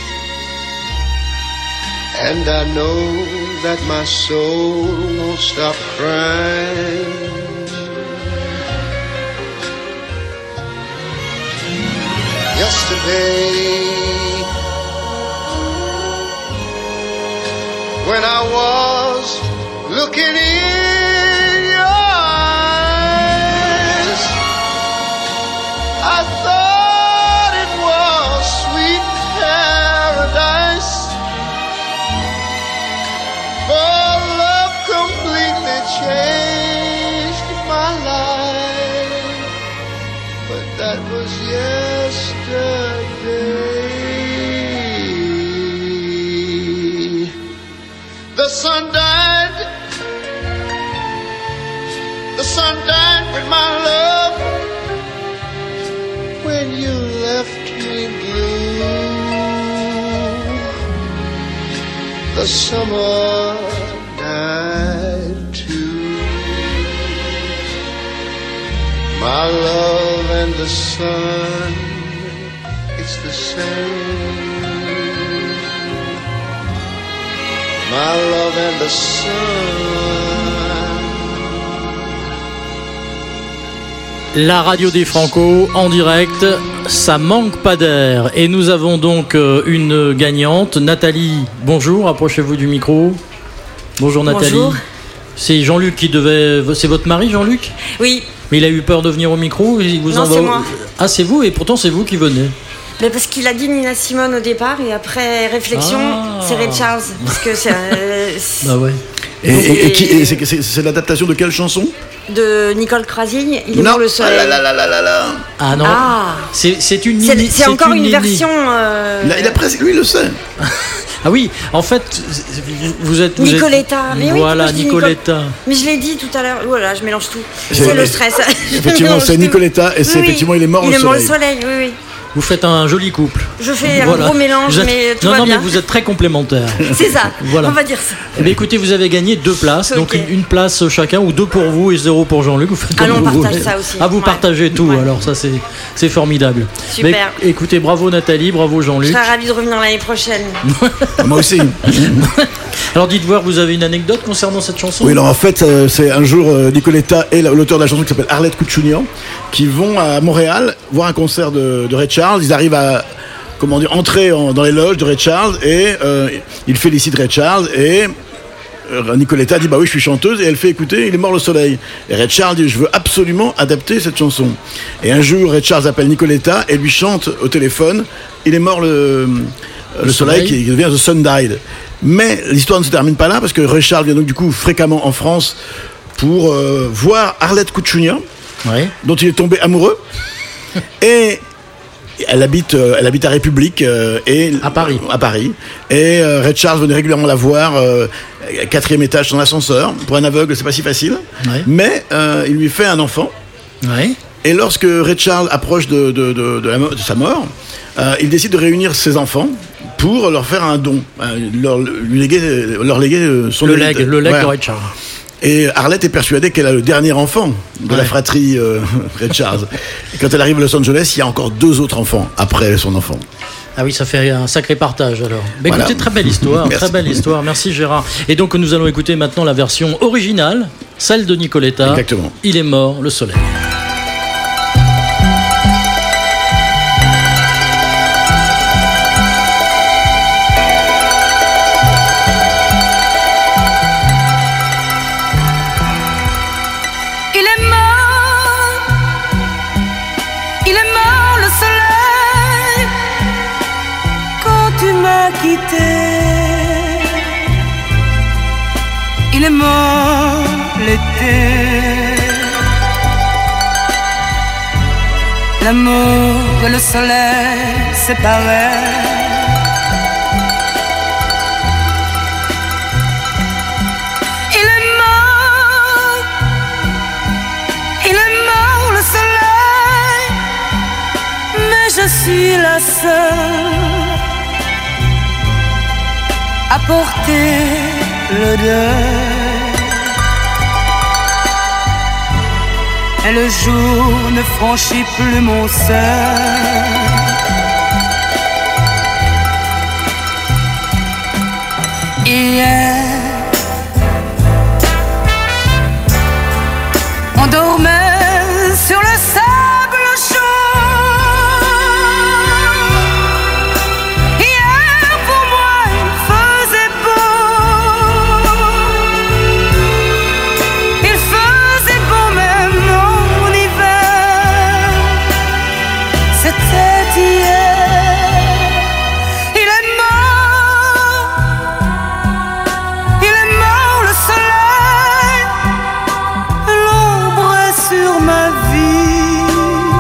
and I know that my soul won't stop crying. Yesterday, when I was looking in your eyes, I thought it was sweet paradise, but love completely changed my life. But that was yesterday. The sun died. The sun died with my love when you left me blue. The summer died too. My love and the sun, it's the same. My love and the sun. La radio des Franco en direct, ça manque pas d'air. Et nous avons donc une gagnante, Nathalie. Bonjour, approchez-vous du micro. Bonjour Nathalie. Bonjour. C'est Jean-Luc qui devait... C'est votre mari Jean-Luc ? Oui. Mais il a eu peur de venir au micro, il vous Non, envoie... c'est moi. Ah, c'est vous, et pourtant c'est vous qui venez. Mais parce qu'il a dit Nina Simone au départ et après réflexion, Ah. c'est Ray Charles. Parce que c'est, euh, c'est Bah ouais. Et, et- et qui- et c'est, c'est- c'est l'adaptation de quelle chanson? de Nicole Krasing, Il est Non. mort le soleil. Ah là là là là là. Ah non. Ah. C'est, c'est une C'est, nini- c'est encore une, nini. version. euh, Il a, il a presque, lui, il le sait. Ah oui, en fait, vous êtes... Vous Nicoletta. êtes... Mais oui, Voilà, pourquoi je dis Nicoletta. Nicole- Mais je l'ai dit tout à l'heure. Voilà, je mélange tout. C'est- C'est, le stress. Je Effectivement, mélange c'est tout. Nicoletta, et c'est Oui, oui. effectivement, il est mort Il le est mort le soleil. soleil, oui, oui. Vous faites un joli couple. Je fais un Voilà. gros mélange, Vous êtes- mais tout non, va non, bien. mais vous êtes très complémentaires. C'est ça, Voilà. on va dire ça. Eh bien, écoutez, vous avez gagné deux places, Ok. donc une, une place chacun, ou deux pour vous et zéro pour Jean-Luc. Vous faites comme Allons, on vous partage voulez. ça aussi. Ah, vous Ouais. partagez tout, alors ça c'est, c'est formidable. Super. Mais éc- écoutez, bravo Nathalie, bravo Je Jean-Luc. serais ravie de revenir l'année prochaine. Moi aussi. Alors dites voir, vous avez une anecdote concernant cette chanson? Oui, alors en fait, euh, c'est un jour euh, Nicoletta et la- l'auteur de la chanson qui s'appelle Arlette Couchunian qui vont à Montréal voir un concert de, de Ray Charles. Ils arrivent à comment dire, entrer en- dans les loges de Ray Charles et euh, ils félicitent Ray Charles et euh, Nicoletta dit bah oui je suis chanteuse et elle fait écouter Il est mort le soleil et Ray Charles dit je veux absolument adapter cette chanson et un jour Ray Charles appelle Nicoletta et lui chante au téléphone Il est mort le, le soleil, soleil. qui devient The Sun Died. Mais l'histoire ne se termine pas là parce que Ray Charles vient donc du coup fréquemment en France pour euh, voir Arlette Couchunian Oui. dont il est tombé amoureux et elle habite, euh, elle habite à République euh, et À Paris. À Paris. Et euh, Ray Charles venait régulièrement la voir, euh, quatrième étage sans ascenseur. Pour un aveugle, c'est pas si facile. Ouais. Mais euh, il lui fait un enfant. Oui. Et lorsque Ray Charles approche de, de, de, de la mo- de sa mort, euh, il décide de réunir ses enfants pour leur faire un don, euh, leur, lui léguer, leur léguer euh, son Le héritage. leg, le leg Ouais. de Ray Charles. Et Arlette est persuadée qu'elle a le dernier enfant de la Ouais. fratrie euh, Ray Charles. Et quand elle arrive à Los Angeles, il y a encore deux autres enfants après son enfant. Ah oui, ça fait un sacré partage alors. Mais Voilà. écoutez, très belle histoire, Merci. très belle histoire. Merci Gérard. Et donc nous allons écouter maintenant la version originale, celle de Nicoletta. Exactement. Il est mort le soleil. Il est mort, il est mort le soleil quand tu m'as quitté. Il est mort l'été, l'amour et le soleil séparés. Il est mort, il est mort le soleil suis la seule à porter le deuil. Et le jour ne franchit plus mon seuil. Hier, on dormait sur le sable chaud. Hier, pour moi, il faisait beau. Il faisait beau même en hiver. C'était hier. Il est mort. Il est mort le soleil. L'ombre est sur ma vie.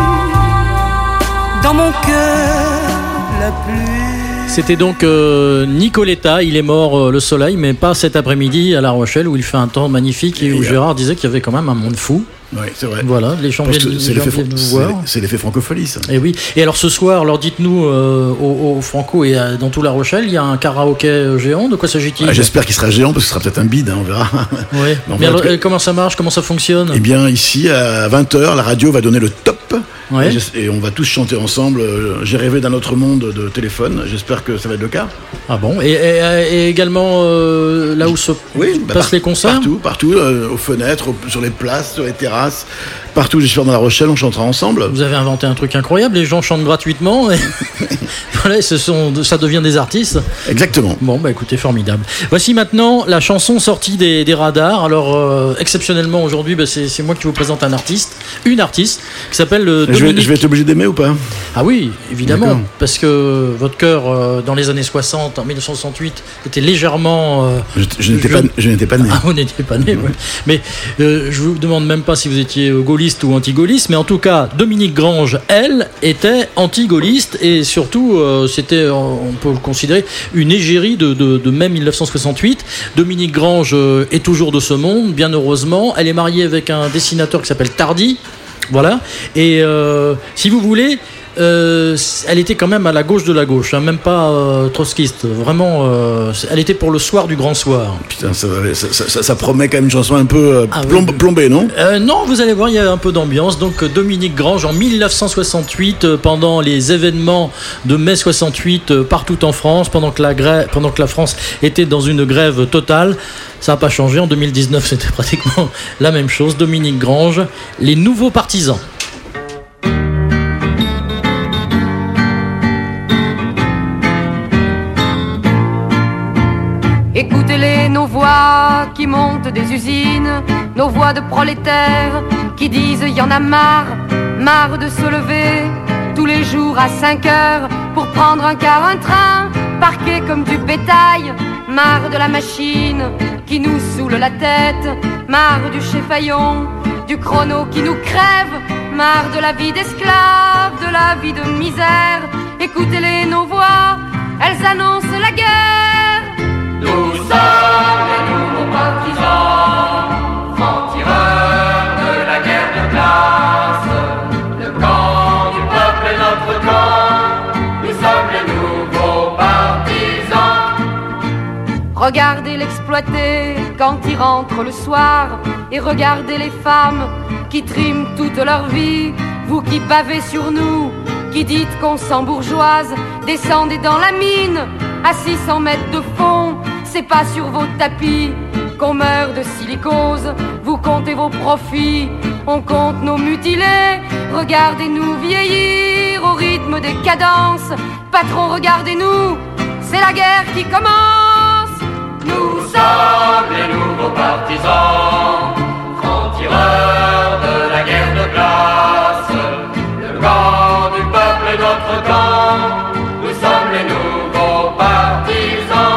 Dans mon cœur, la pluie. C'était donc euh, Nicoletta, il est mort euh, le soleil, mais pas cet après-midi à La Rochelle où il fait un temps magnifique et où Gérard disait qu'il y avait quand même un monde fou. Oui, c'est vrai. Voilà, les gens Parce viennent que c'est les gens l'effet, viennent nous c'est- voir. c'est l'effet francophonie, ça. Et oui. Et alors ce soir, alors dites-nous euh, au, au Franco et à- dans tout La Rochelle, il y a un karaoké euh, géant. De quoi s'agit-il? Ah, j'espère qu'il sera géant parce que ce sera peut-être un bide, hein, on verra. Oui. Mais Mais enfin, alors, en tout cas- euh, comment ça marche? Comment ça fonctionne? Eh bien, ici, à vingt heures, la radio va donner le top. Ouais. Et, j'es- et on va tous chanter ensemble. euh, J'ai rêvé d'un autre monde de téléphone. J'espère que ça va être le cas. Ah bon? Et, et- et également euh, là où se Oui, bah, passent par- les concerts? Partout, partout, euh, aux fenêtres, au- sur les places, sur les terrasses. Partout où j'espère dans La Rochelle, on chantera ensemble. Vous avez inventé un truc incroyable, les gens chantent gratuitement et voilà, ce sont, ça devient des artistes. Exactement. Bon, bah écoutez, formidable. Voici maintenant la chanson sortie des, des radars. Alors, euh, exceptionnellement aujourd'hui, bah, c'est, c'est moi qui vous présente un artiste, une artiste, qui s'appelle euh, Je vais, Dominique. je vais être obligé d'aimer ou pas? Ah oui, évidemment, D'accord. parce que votre cœur, euh, dans les années soixante, en mille neuf cent soixante-huit, était légèrement... euh, Je, je n'étais jeune. pas, je n'étais pas né. Ah, vous n'étiez pas né, ouais. Mais euh, je vous demande même pas si vous étiez euh, gaulliste ou anti-gaulliste, mais en tout cas, Dominique Grange, elle, était anti-gaulliste et surtout, euh, c'était, euh, on peut le considérer, une égérie de, de, de mai mille neuf cent soixante-huit. Dominique Grange euh, est toujours de ce monde, bien heureusement. Elle est mariée avec un dessinateur qui s'appelle Tardy. Voilà. Et euh, si vous voulez, euh, elle était quand même à la gauche de la gauche, hein, même pas euh, trotskiste. Vraiment, euh, elle était pour le soir du grand soir. Putain, ça, ça, ça- ça- ça promet quand même une chanson un peu euh, Ah oui. plomb- plombée, non? Euh, non, vous allez voir, il y a un peu d'ambiance. Donc euh, Dominique Grange en mille neuf cent soixante-huit, euh, pendant les événements de mai soixante-huit euh, partout en France, pendant que, la grève, pendant que la France était dans une grève totale. Ça n'a pas changé. En deux mille dix-neuf, c'était pratiquement la même chose. Dominique Grange, les nouveaux partisans. Écoutez-les, nos voix qui montent des usines, nos voix de prolétaires qui disent y en a marre, marre de se lever tous les jours à cinq heures pour prendre un car, un train, parqué comme du bétail, marre de la machine qui nous saoule la tête, marre du chéfaillon, du chrono qui nous crève, marre de la vie d'esclave, de la vie de misère. Écoutez-les, nos voix, elles annoncent la guerre. Nous sommes les nouveaux partisans, francs-tireurs de la guerre de classe. Le camp du peuple est notre camp, nous sommes les nouveaux partisans. Regardez l'exploité quand il rentre le soir, et regardez les femmes qui triment toute leur vie. Vous qui bavez sur nous, qui dites qu'on s'embourgeoise, descendez dans la mine à six cents mètres de fond. C'est pas sur vos tapis qu'on meurt de silicose. Vous comptez vos profits, on compte nos mutilés. Regardez-nous vieillir au rythme des cadences. Patron, regardez-nous, c'est la guerre qui commence. Nous sommes les nouveaux partisans, francs-tireurs de la guerre de glace. Le camp du peuple est notre camp, nous sommes les nouveaux partisans.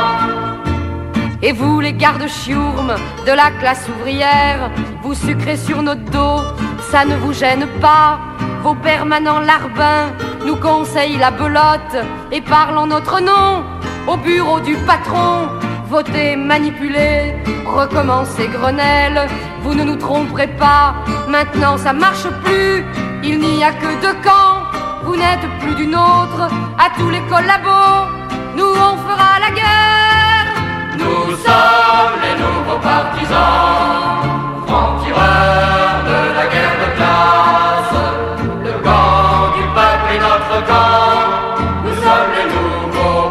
Et vous les gardes-chiourmes de la classe ouvrière, vous sucrez sur notre dos, ça ne vous gêne pas. Vos permanents larbins nous conseillent la belote et parlent en notre nom au bureau du patron. Votez, manipulez, recommencez Grenelle. Vous ne nous tromperez pas, maintenant ça marche plus. Il n'y a que deux camps, vous n'êtes plus d'une autre. À tous les collabos, nous on fera la guerre. Nous sommes les nouveaux partisans, francs-tireurs de la guerre de classe. Le camp du peuple est notre camp, nous sommes les nouveaux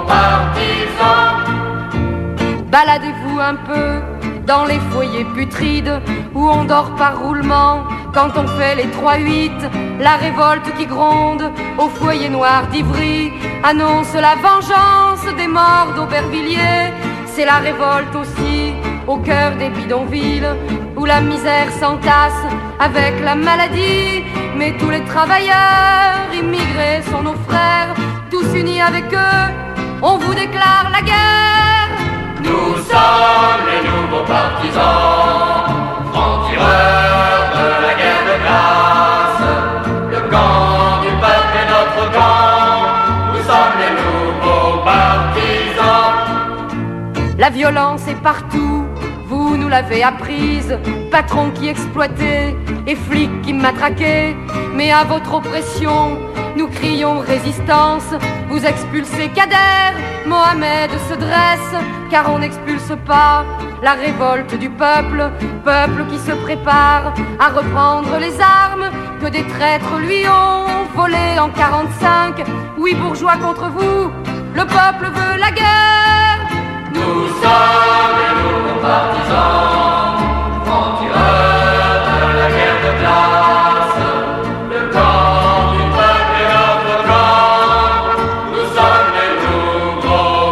partisans. Baladez-vous un peu dans les foyers putrides où on dort par roulement. Quand on fait les trois huit, la révolte qui gronde au foyer noir d'Ivry annonce la vengeance des morts d'Aubervilliers. C'est la révolte aussi au cœur des bidonvilles où la misère s'entasse avec la maladie. Mais tous les travailleurs immigrés sont nos frères, tous unis avec eux, on vous déclare la guerre. Nous sommes les nouveaux partisans, francs-tireurs de la guerre de classe. Le camp du peuple est notre camp, nous sommes les nouveaux partisans. La violence est partout, vous nous l'avez apprise. Patrons qui exploitaient et flics qui matraquaient. Mais à votre oppression, nous crions résistance. Vous expulsez Kader, Mohamed se dresse. Car on n'expulse pas la révolte du peuple. Peuple qui se prépare à reprendre les armes que des traîtres lui ont volées en quarante-cinq. Oui, bourgeois contre vous, le peuple veut la guerre. Nous sommes les nouveaux partisans, francs-tireurs de la guerre de classe. Le camp du peuple est notre camp, nous sommes les nouveaux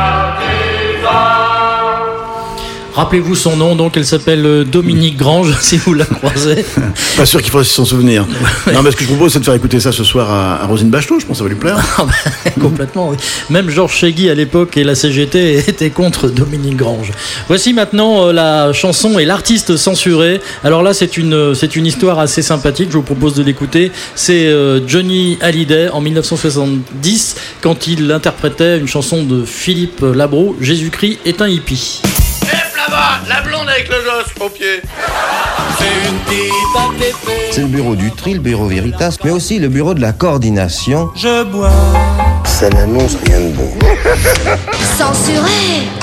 partisans. Rappelez-vous son nom, donc elle s'appelle Dominique Grange, si vous la croisez. Pas sûr qu'il faudrait s'en souvenir. Non, mais ce que je propose, c'est de faire écouter ça ce soir à, à Rosine Bachelot, je pense que ça va lui plaire. Complètement, oui. Même Georges Chegui à l'époque et la C G T étaient contre Dominique Grange. Voici maintenant euh, la chanson et l'artiste censuré. Alors là, c'est une, c'est une histoire assez sympathique, je vous propose de l'écouter. C'est euh, Johnny Hallyday en dix-neuf cent soixante-dix, quand il interprétait une chanson de Philippe Labro, Jésus-Christ est un hippie. Là-bas, la blonde avec le gosse au pied. C'est une petite A T P. C'est le bureau du tri, le bureau Veritas, mais aussi le bureau de la coordination. Je bois. Ça n'annonce rien de bon. Censuré.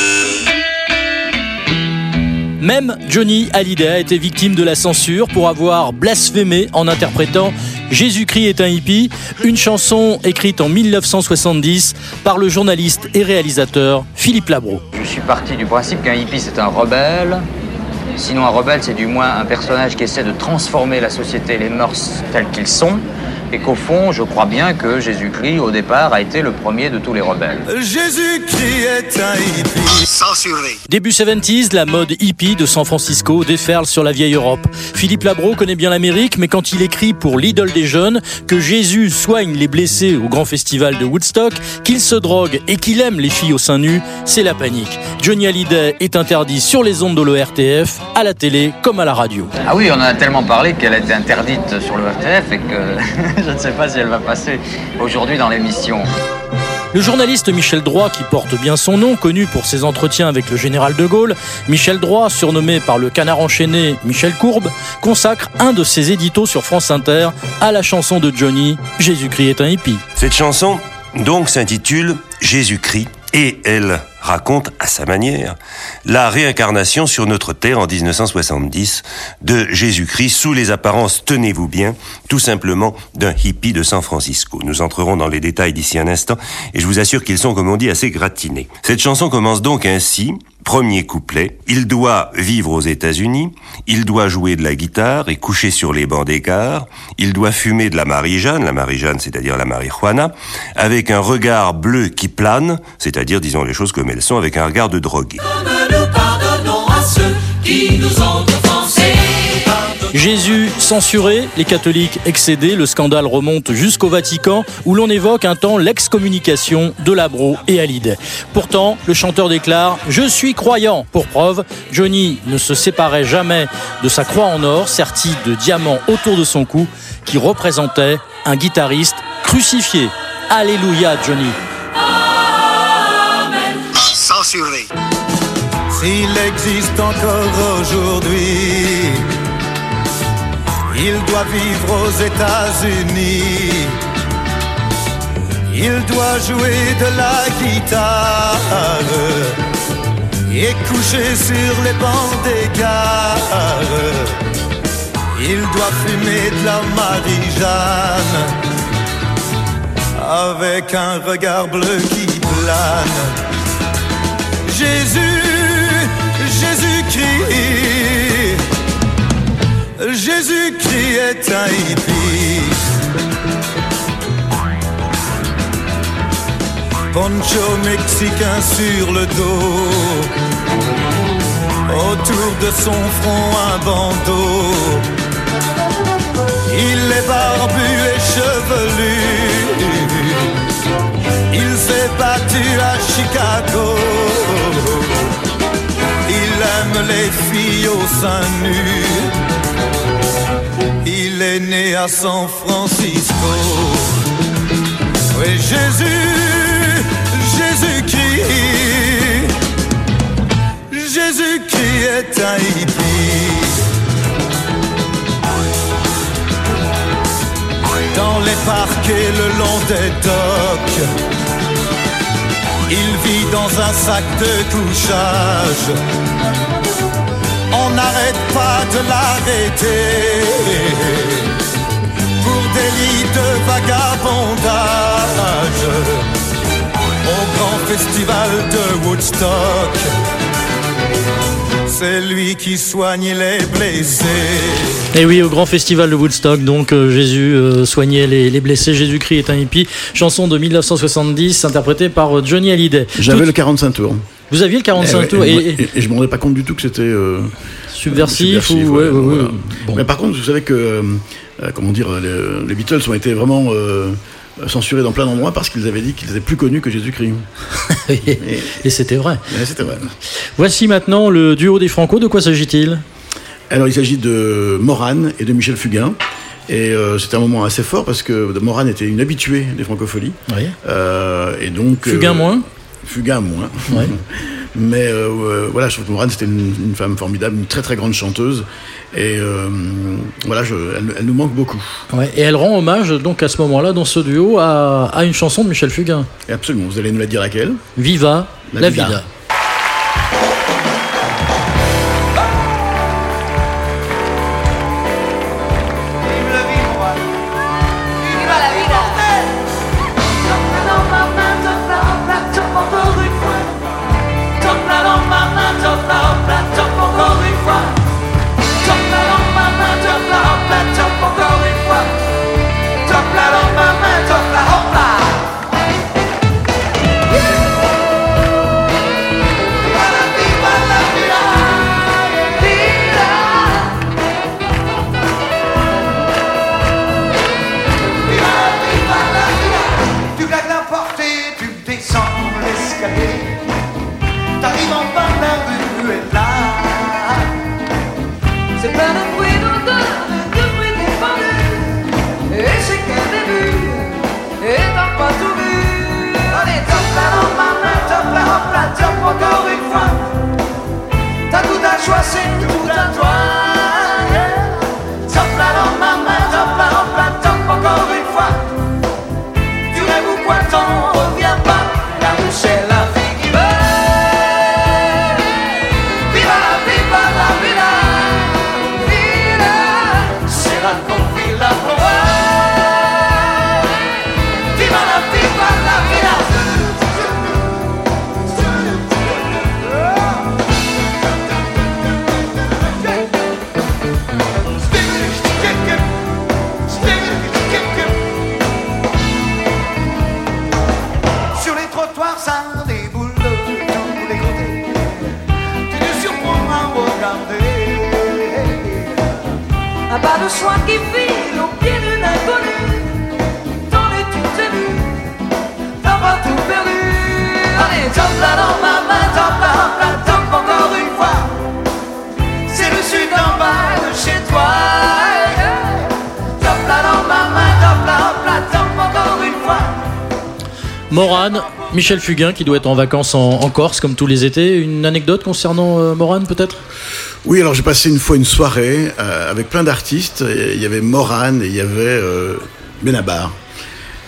Même Johnny Hallyday a été victime de la censure pour avoir blasphémé en interprétant Jésus-Christ est un hippie, une chanson écrite en dix-neuf cent soixante-dix par le journaliste et réalisateur Philippe Labro. Je suis parti du principe qu'un hippie c'est un rebelle. Sinon un rebelle c'est du moins un personnage qui essaie de transformer la société et les mœurs telles qu'ils sont. Et qu'au fond, je crois bien que Jésus-Christ, au départ, a été le premier de tous les rebelles. Jésus-Christ est un hippie. Censuré. Début soixante-dix, la mode hippie de San Francisco déferle sur la vieille Europe. Philippe Labro connaît bien l'Amérique, mais quand il écrit pour l'idole des jeunes que Jésus soigne les blessés au grand festival de Woodstock, qu'il se drogue et qu'il aime les filles au sein nu, c'est la panique. Johnny Hallyday est interdit sur les ondes de l'O R T F, à la télé comme à la radio. Ah oui, on en a tellement parlé qu'elle a été interdite sur le O R T F et que... Je ne sais pas si elle va passer aujourd'hui dans l'émission. Le journaliste Michel Droit, qui porte bien son nom, connu pour ses entretiens avec le général de Gaulle, Michel Droit, surnommé par le canard enchaîné Michel Courbe, consacre un de ses éditos sur France Inter à la chanson de Johnny, Jésus-Christ est un hippie. Cette chanson, donc, s'intitule Jésus-Christ et elle raconte à sa manière la réincarnation sur notre terre en dix-neuf cent soixante-dix de Jésus-Christ sous les apparences, tenez-vous bien, tout simplement d'un hippie de San Francisco. Nous entrerons dans les détails d'ici un instant et je vous assure qu'ils sont, comme on dit, assez gratinés. Cette chanson commence donc ainsi. Premier couplet, il doit vivre aux États-Unis, il doit jouer de la guitare et coucher sur les bancs des gares, il doit fumer de la Marie-Jeanne, la Marie-Jeanne c'est-à-dire la marijuana, avec un regard bleu qui plane, c'est-à-dire, disons les choses comme elles sont, avec un regard de drogué. Comme nous pardonnons à ceux qui nous ont offensés. Jésus censuré, les catholiques excédés, le scandale remonte jusqu'au Vatican où l'on évoque un temps l'excommunication de Labro et Hallyday. Pourtant, le chanteur déclare « Je suis croyant ». Pour preuve, Johnny ne se séparait jamais de sa croix en or sertie de diamants autour de son cou qui représentait un guitariste crucifié. Alléluia, Johnny. Amen. Censuré. S'il existe encore aujourd'hui, il doit vivre aux États-Unis, Il doit jouer de la guitare et coucher sur les bancs des gares. Il doit fumer de la Marie-Jeanne avec un regard bleu qui plane. Jésus, Jésus-Christ, Jésus-Christ est un hippie. Poncho mexicain sur le dos, autour de son front un bandeau. Il est barbu et chevelu, il s'est battu à Chicago. Il aime les filles au sein nu, il est né à San Francisco. Oui, Jésus, Jésus-Christ, Jésus-Christ est un hippie. Dans les parcs et le long des docks, il vit dans un sac de couchage. On n'arrête pas de l'arrêter pour délit de vagabondage au grand festival de Woodstock. C'est lui qui soigne les blessés. Et oui, au grand festival de Woodstock, donc euh, Jésus euh, soignait les, les blessés. Jésus-Christ est un hippie. Chanson de dix-neuf cent soixante-dix, interprétée par euh, Johnny Hallyday. J'avais Tout... le quarante-cinq tours. Vous aviez le quarante-cinq et ouais, tours et, et, et, et, et je me rendais pas compte du tout que c'était euh, subversif, subversif ou ouais, ouais, ouais, voilà. ouais. Bon. Mais par contre, vous savez que euh, comment dire, les, les Beatles ont été vraiment euh, censurés dans plein d'endroits parce qu'ils avaient dit qu'ils étaient plus connus que Jésus-Christ. et, et, et c'était vrai. Et c'était vrai. Voici maintenant le duo des Franco. De quoi s'agit-il ? Alors, il s'agit de Morane et de Michel Fugain. Et euh, c'était un moment assez fort parce que Morane était une habituée des Francopholies. Oui. Euh, et donc Fugain euh, moins. Fugain moins. Oui. Mais euh, euh, voilà, je trouve que Morane c'était une, une femme formidable, une très très grande chanteuse. Et euh, voilà, je, elle, elle nous manque beaucoup. Ouais, et elle rend hommage donc à ce moment-là dans ce duo à, à une chanson de Michel Fugain. Et absolument. Vous allez nous la dire laquelle ? Viva la, la vida. vida. Morane, Michel Fugain qui doit être en vacances en, en Corse comme tous les étés. Une anecdote concernant euh, Morane peut-être ? Oui, alors j'ai passé une fois une soirée euh, avec plein d'artistes. Il y avait Morane et il y avait euh, Benabar.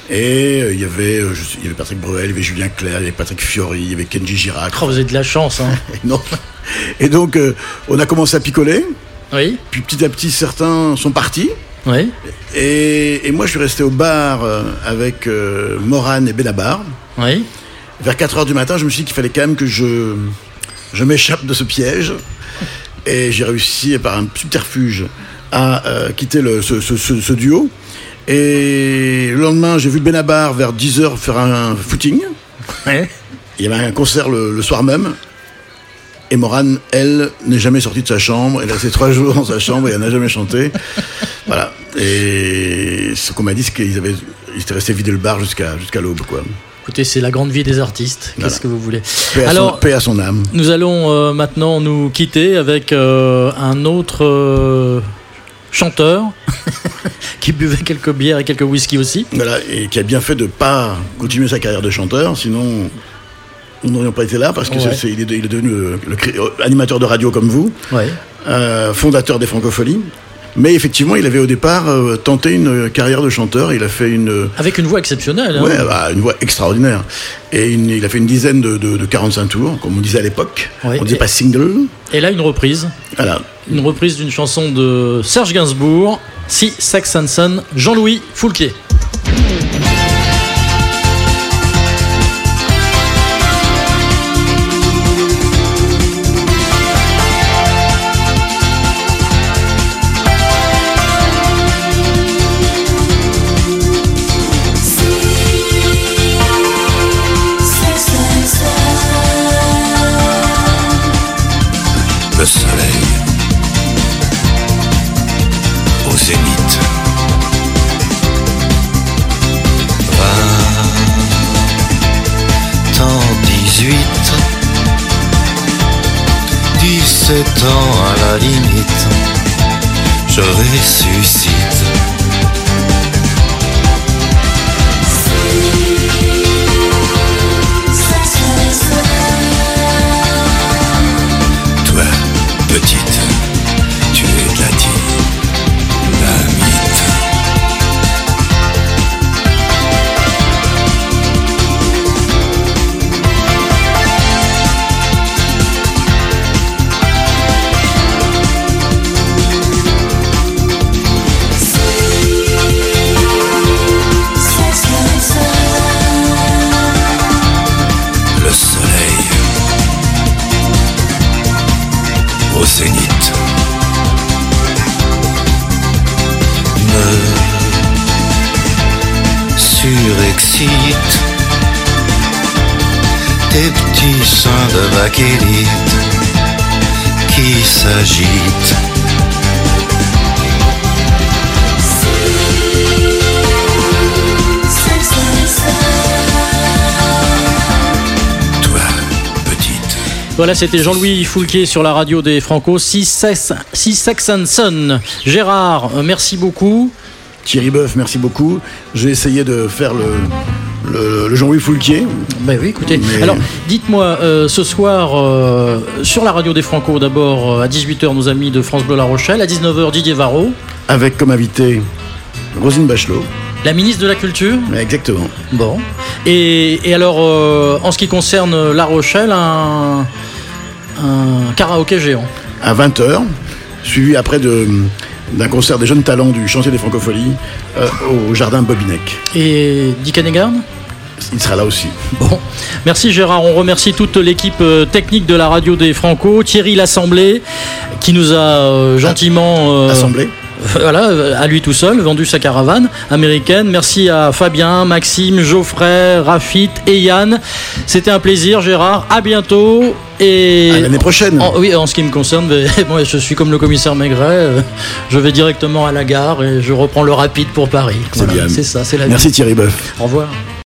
Et euh, il y avait, euh, je sais, il y avait Patrick Bruel, il y avait Julien Clerc, il y avait Patrick Fiori, il y avait Kenji Girac. Oh, vous avez de la chance, hein. Non. Et donc, euh, on a commencé à picoler. Oui. Puis petit à petit, certains sont partis. Oui. Et, et moi, je suis resté au bar euh, avec euh, Morane et Benabar. Oui. Vers quatre heures du matin, je me suis dit qu'il fallait quand même que je, je m'échappe de ce piège. Et j'ai réussi, par un subterfuge, à euh, quitter le, ce, ce, ce, ce duo. Et le lendemain, j'ai vu Benabar vers dix heures faire un footing. Ouais. Il y avait un concert le, le soir même. Et Morane, elle, n'est jamais sortie de sa chambre. Elle est restée trois jours dans sa chambre et elle n'a jamais chanté. Voilà. Et ce qu'on m'a dit, c'est qu'ils avaient, ils étaient restés vider le bar jusqu'à, jusqu'à l'aube, quoi. Écoutez, c'est la grande vie des artistes. Qu'est-ce Voilà. que vous voulez? Paix à, Alors, son, paix à son âme. nous allons euh, maintenant nous quitter avec euh, un autre euh, chanteur qui buvait quelques bières et quelques whisky aussi. Voilà, et qui a bien fait de ne pas continuer sa carrière de chanteur, sinon nous n'aurions pas été là, parce que Ouais. c'est, c'est, il, est, il est devenu le, le cré- animateur de radio comme vous, Ouais. euh, fondateur des Francopholies. Mais effectivement, il avait au départ euh, tenté une carrière de chanteur. Il a fait une. Avec une voix exceptionnelle. Hein. Ouais, bah, une voix extraordinaire. Et une- il a fait une dizaine de, de, de quarante-cinq tours, comme on disait à l'époque. Ouais. On disait Et- pas single. Et là, une reprise. Voilà. Une reprise d'une chanson de Serge Gainsbourg, Si Sex and Son, Jean-Louis Foulquier. Le soleil au zénith. Vingt ans, dix-huit, dix-sept ans à la limite, je ressuscite. Toi, petite, tu es de la dynamite. Le soleil au zénith me surexcite. Tes petits seins de bakélite qui s'agitent. Toi, petite. Voilà, c'était Jean-Louis Foulquier sur la radio des Franco. Si Sex and Son. Gérard, euh, merci beaucoup. Thierry Boeuf, merci beaucoup. J'ai essayé de faire le, le, le Jean-Louis Foulquier. Ben oui, écoutez. Mais- Alors, dites-moi, euh, ce soir, euh, sur la radio des Franco, d'abord, euh, à dix-huit heures, nos amis de France Bleu La Rochelle. À dix-neuf heures, Didier Varro. Avec comme invité Rosine Bachelot. La ministre de la Culture. Exactement. Bon. Et, et alors, euh, en ce qui concerne La Rochelle, un, un karaoké géant. À vingt heures, suivi après de, d'un concert des jeunes talents du chantier des Francopholies euh, au jardin Bobinec. Et Dick Hannigan ? Il sera là aussi. Bon, merci Gérard, on remercie toute l'équipe euh, technique de la radio des Franco, Thierry L'Assemblée, qui nous a euh, gentiment... euh, Assemblée. Voilà, euh, à lui tout seul, vendu sa caravane américaine. Merci à Fabien, Maxime, Geoffrey, Rafit et Yann. C'était un plaisir Gérard, à bientôt. Et À l'année prochaine. En- oui, en ce qui me concerne, mais, moi, je suis comme le commissaire Maigret, euh, je vais directement à la gare et je reprends le rapide pour Paris. C'est bien. C'est ça, c'est la Merci vie. Thierry Boeuf. Au revoir.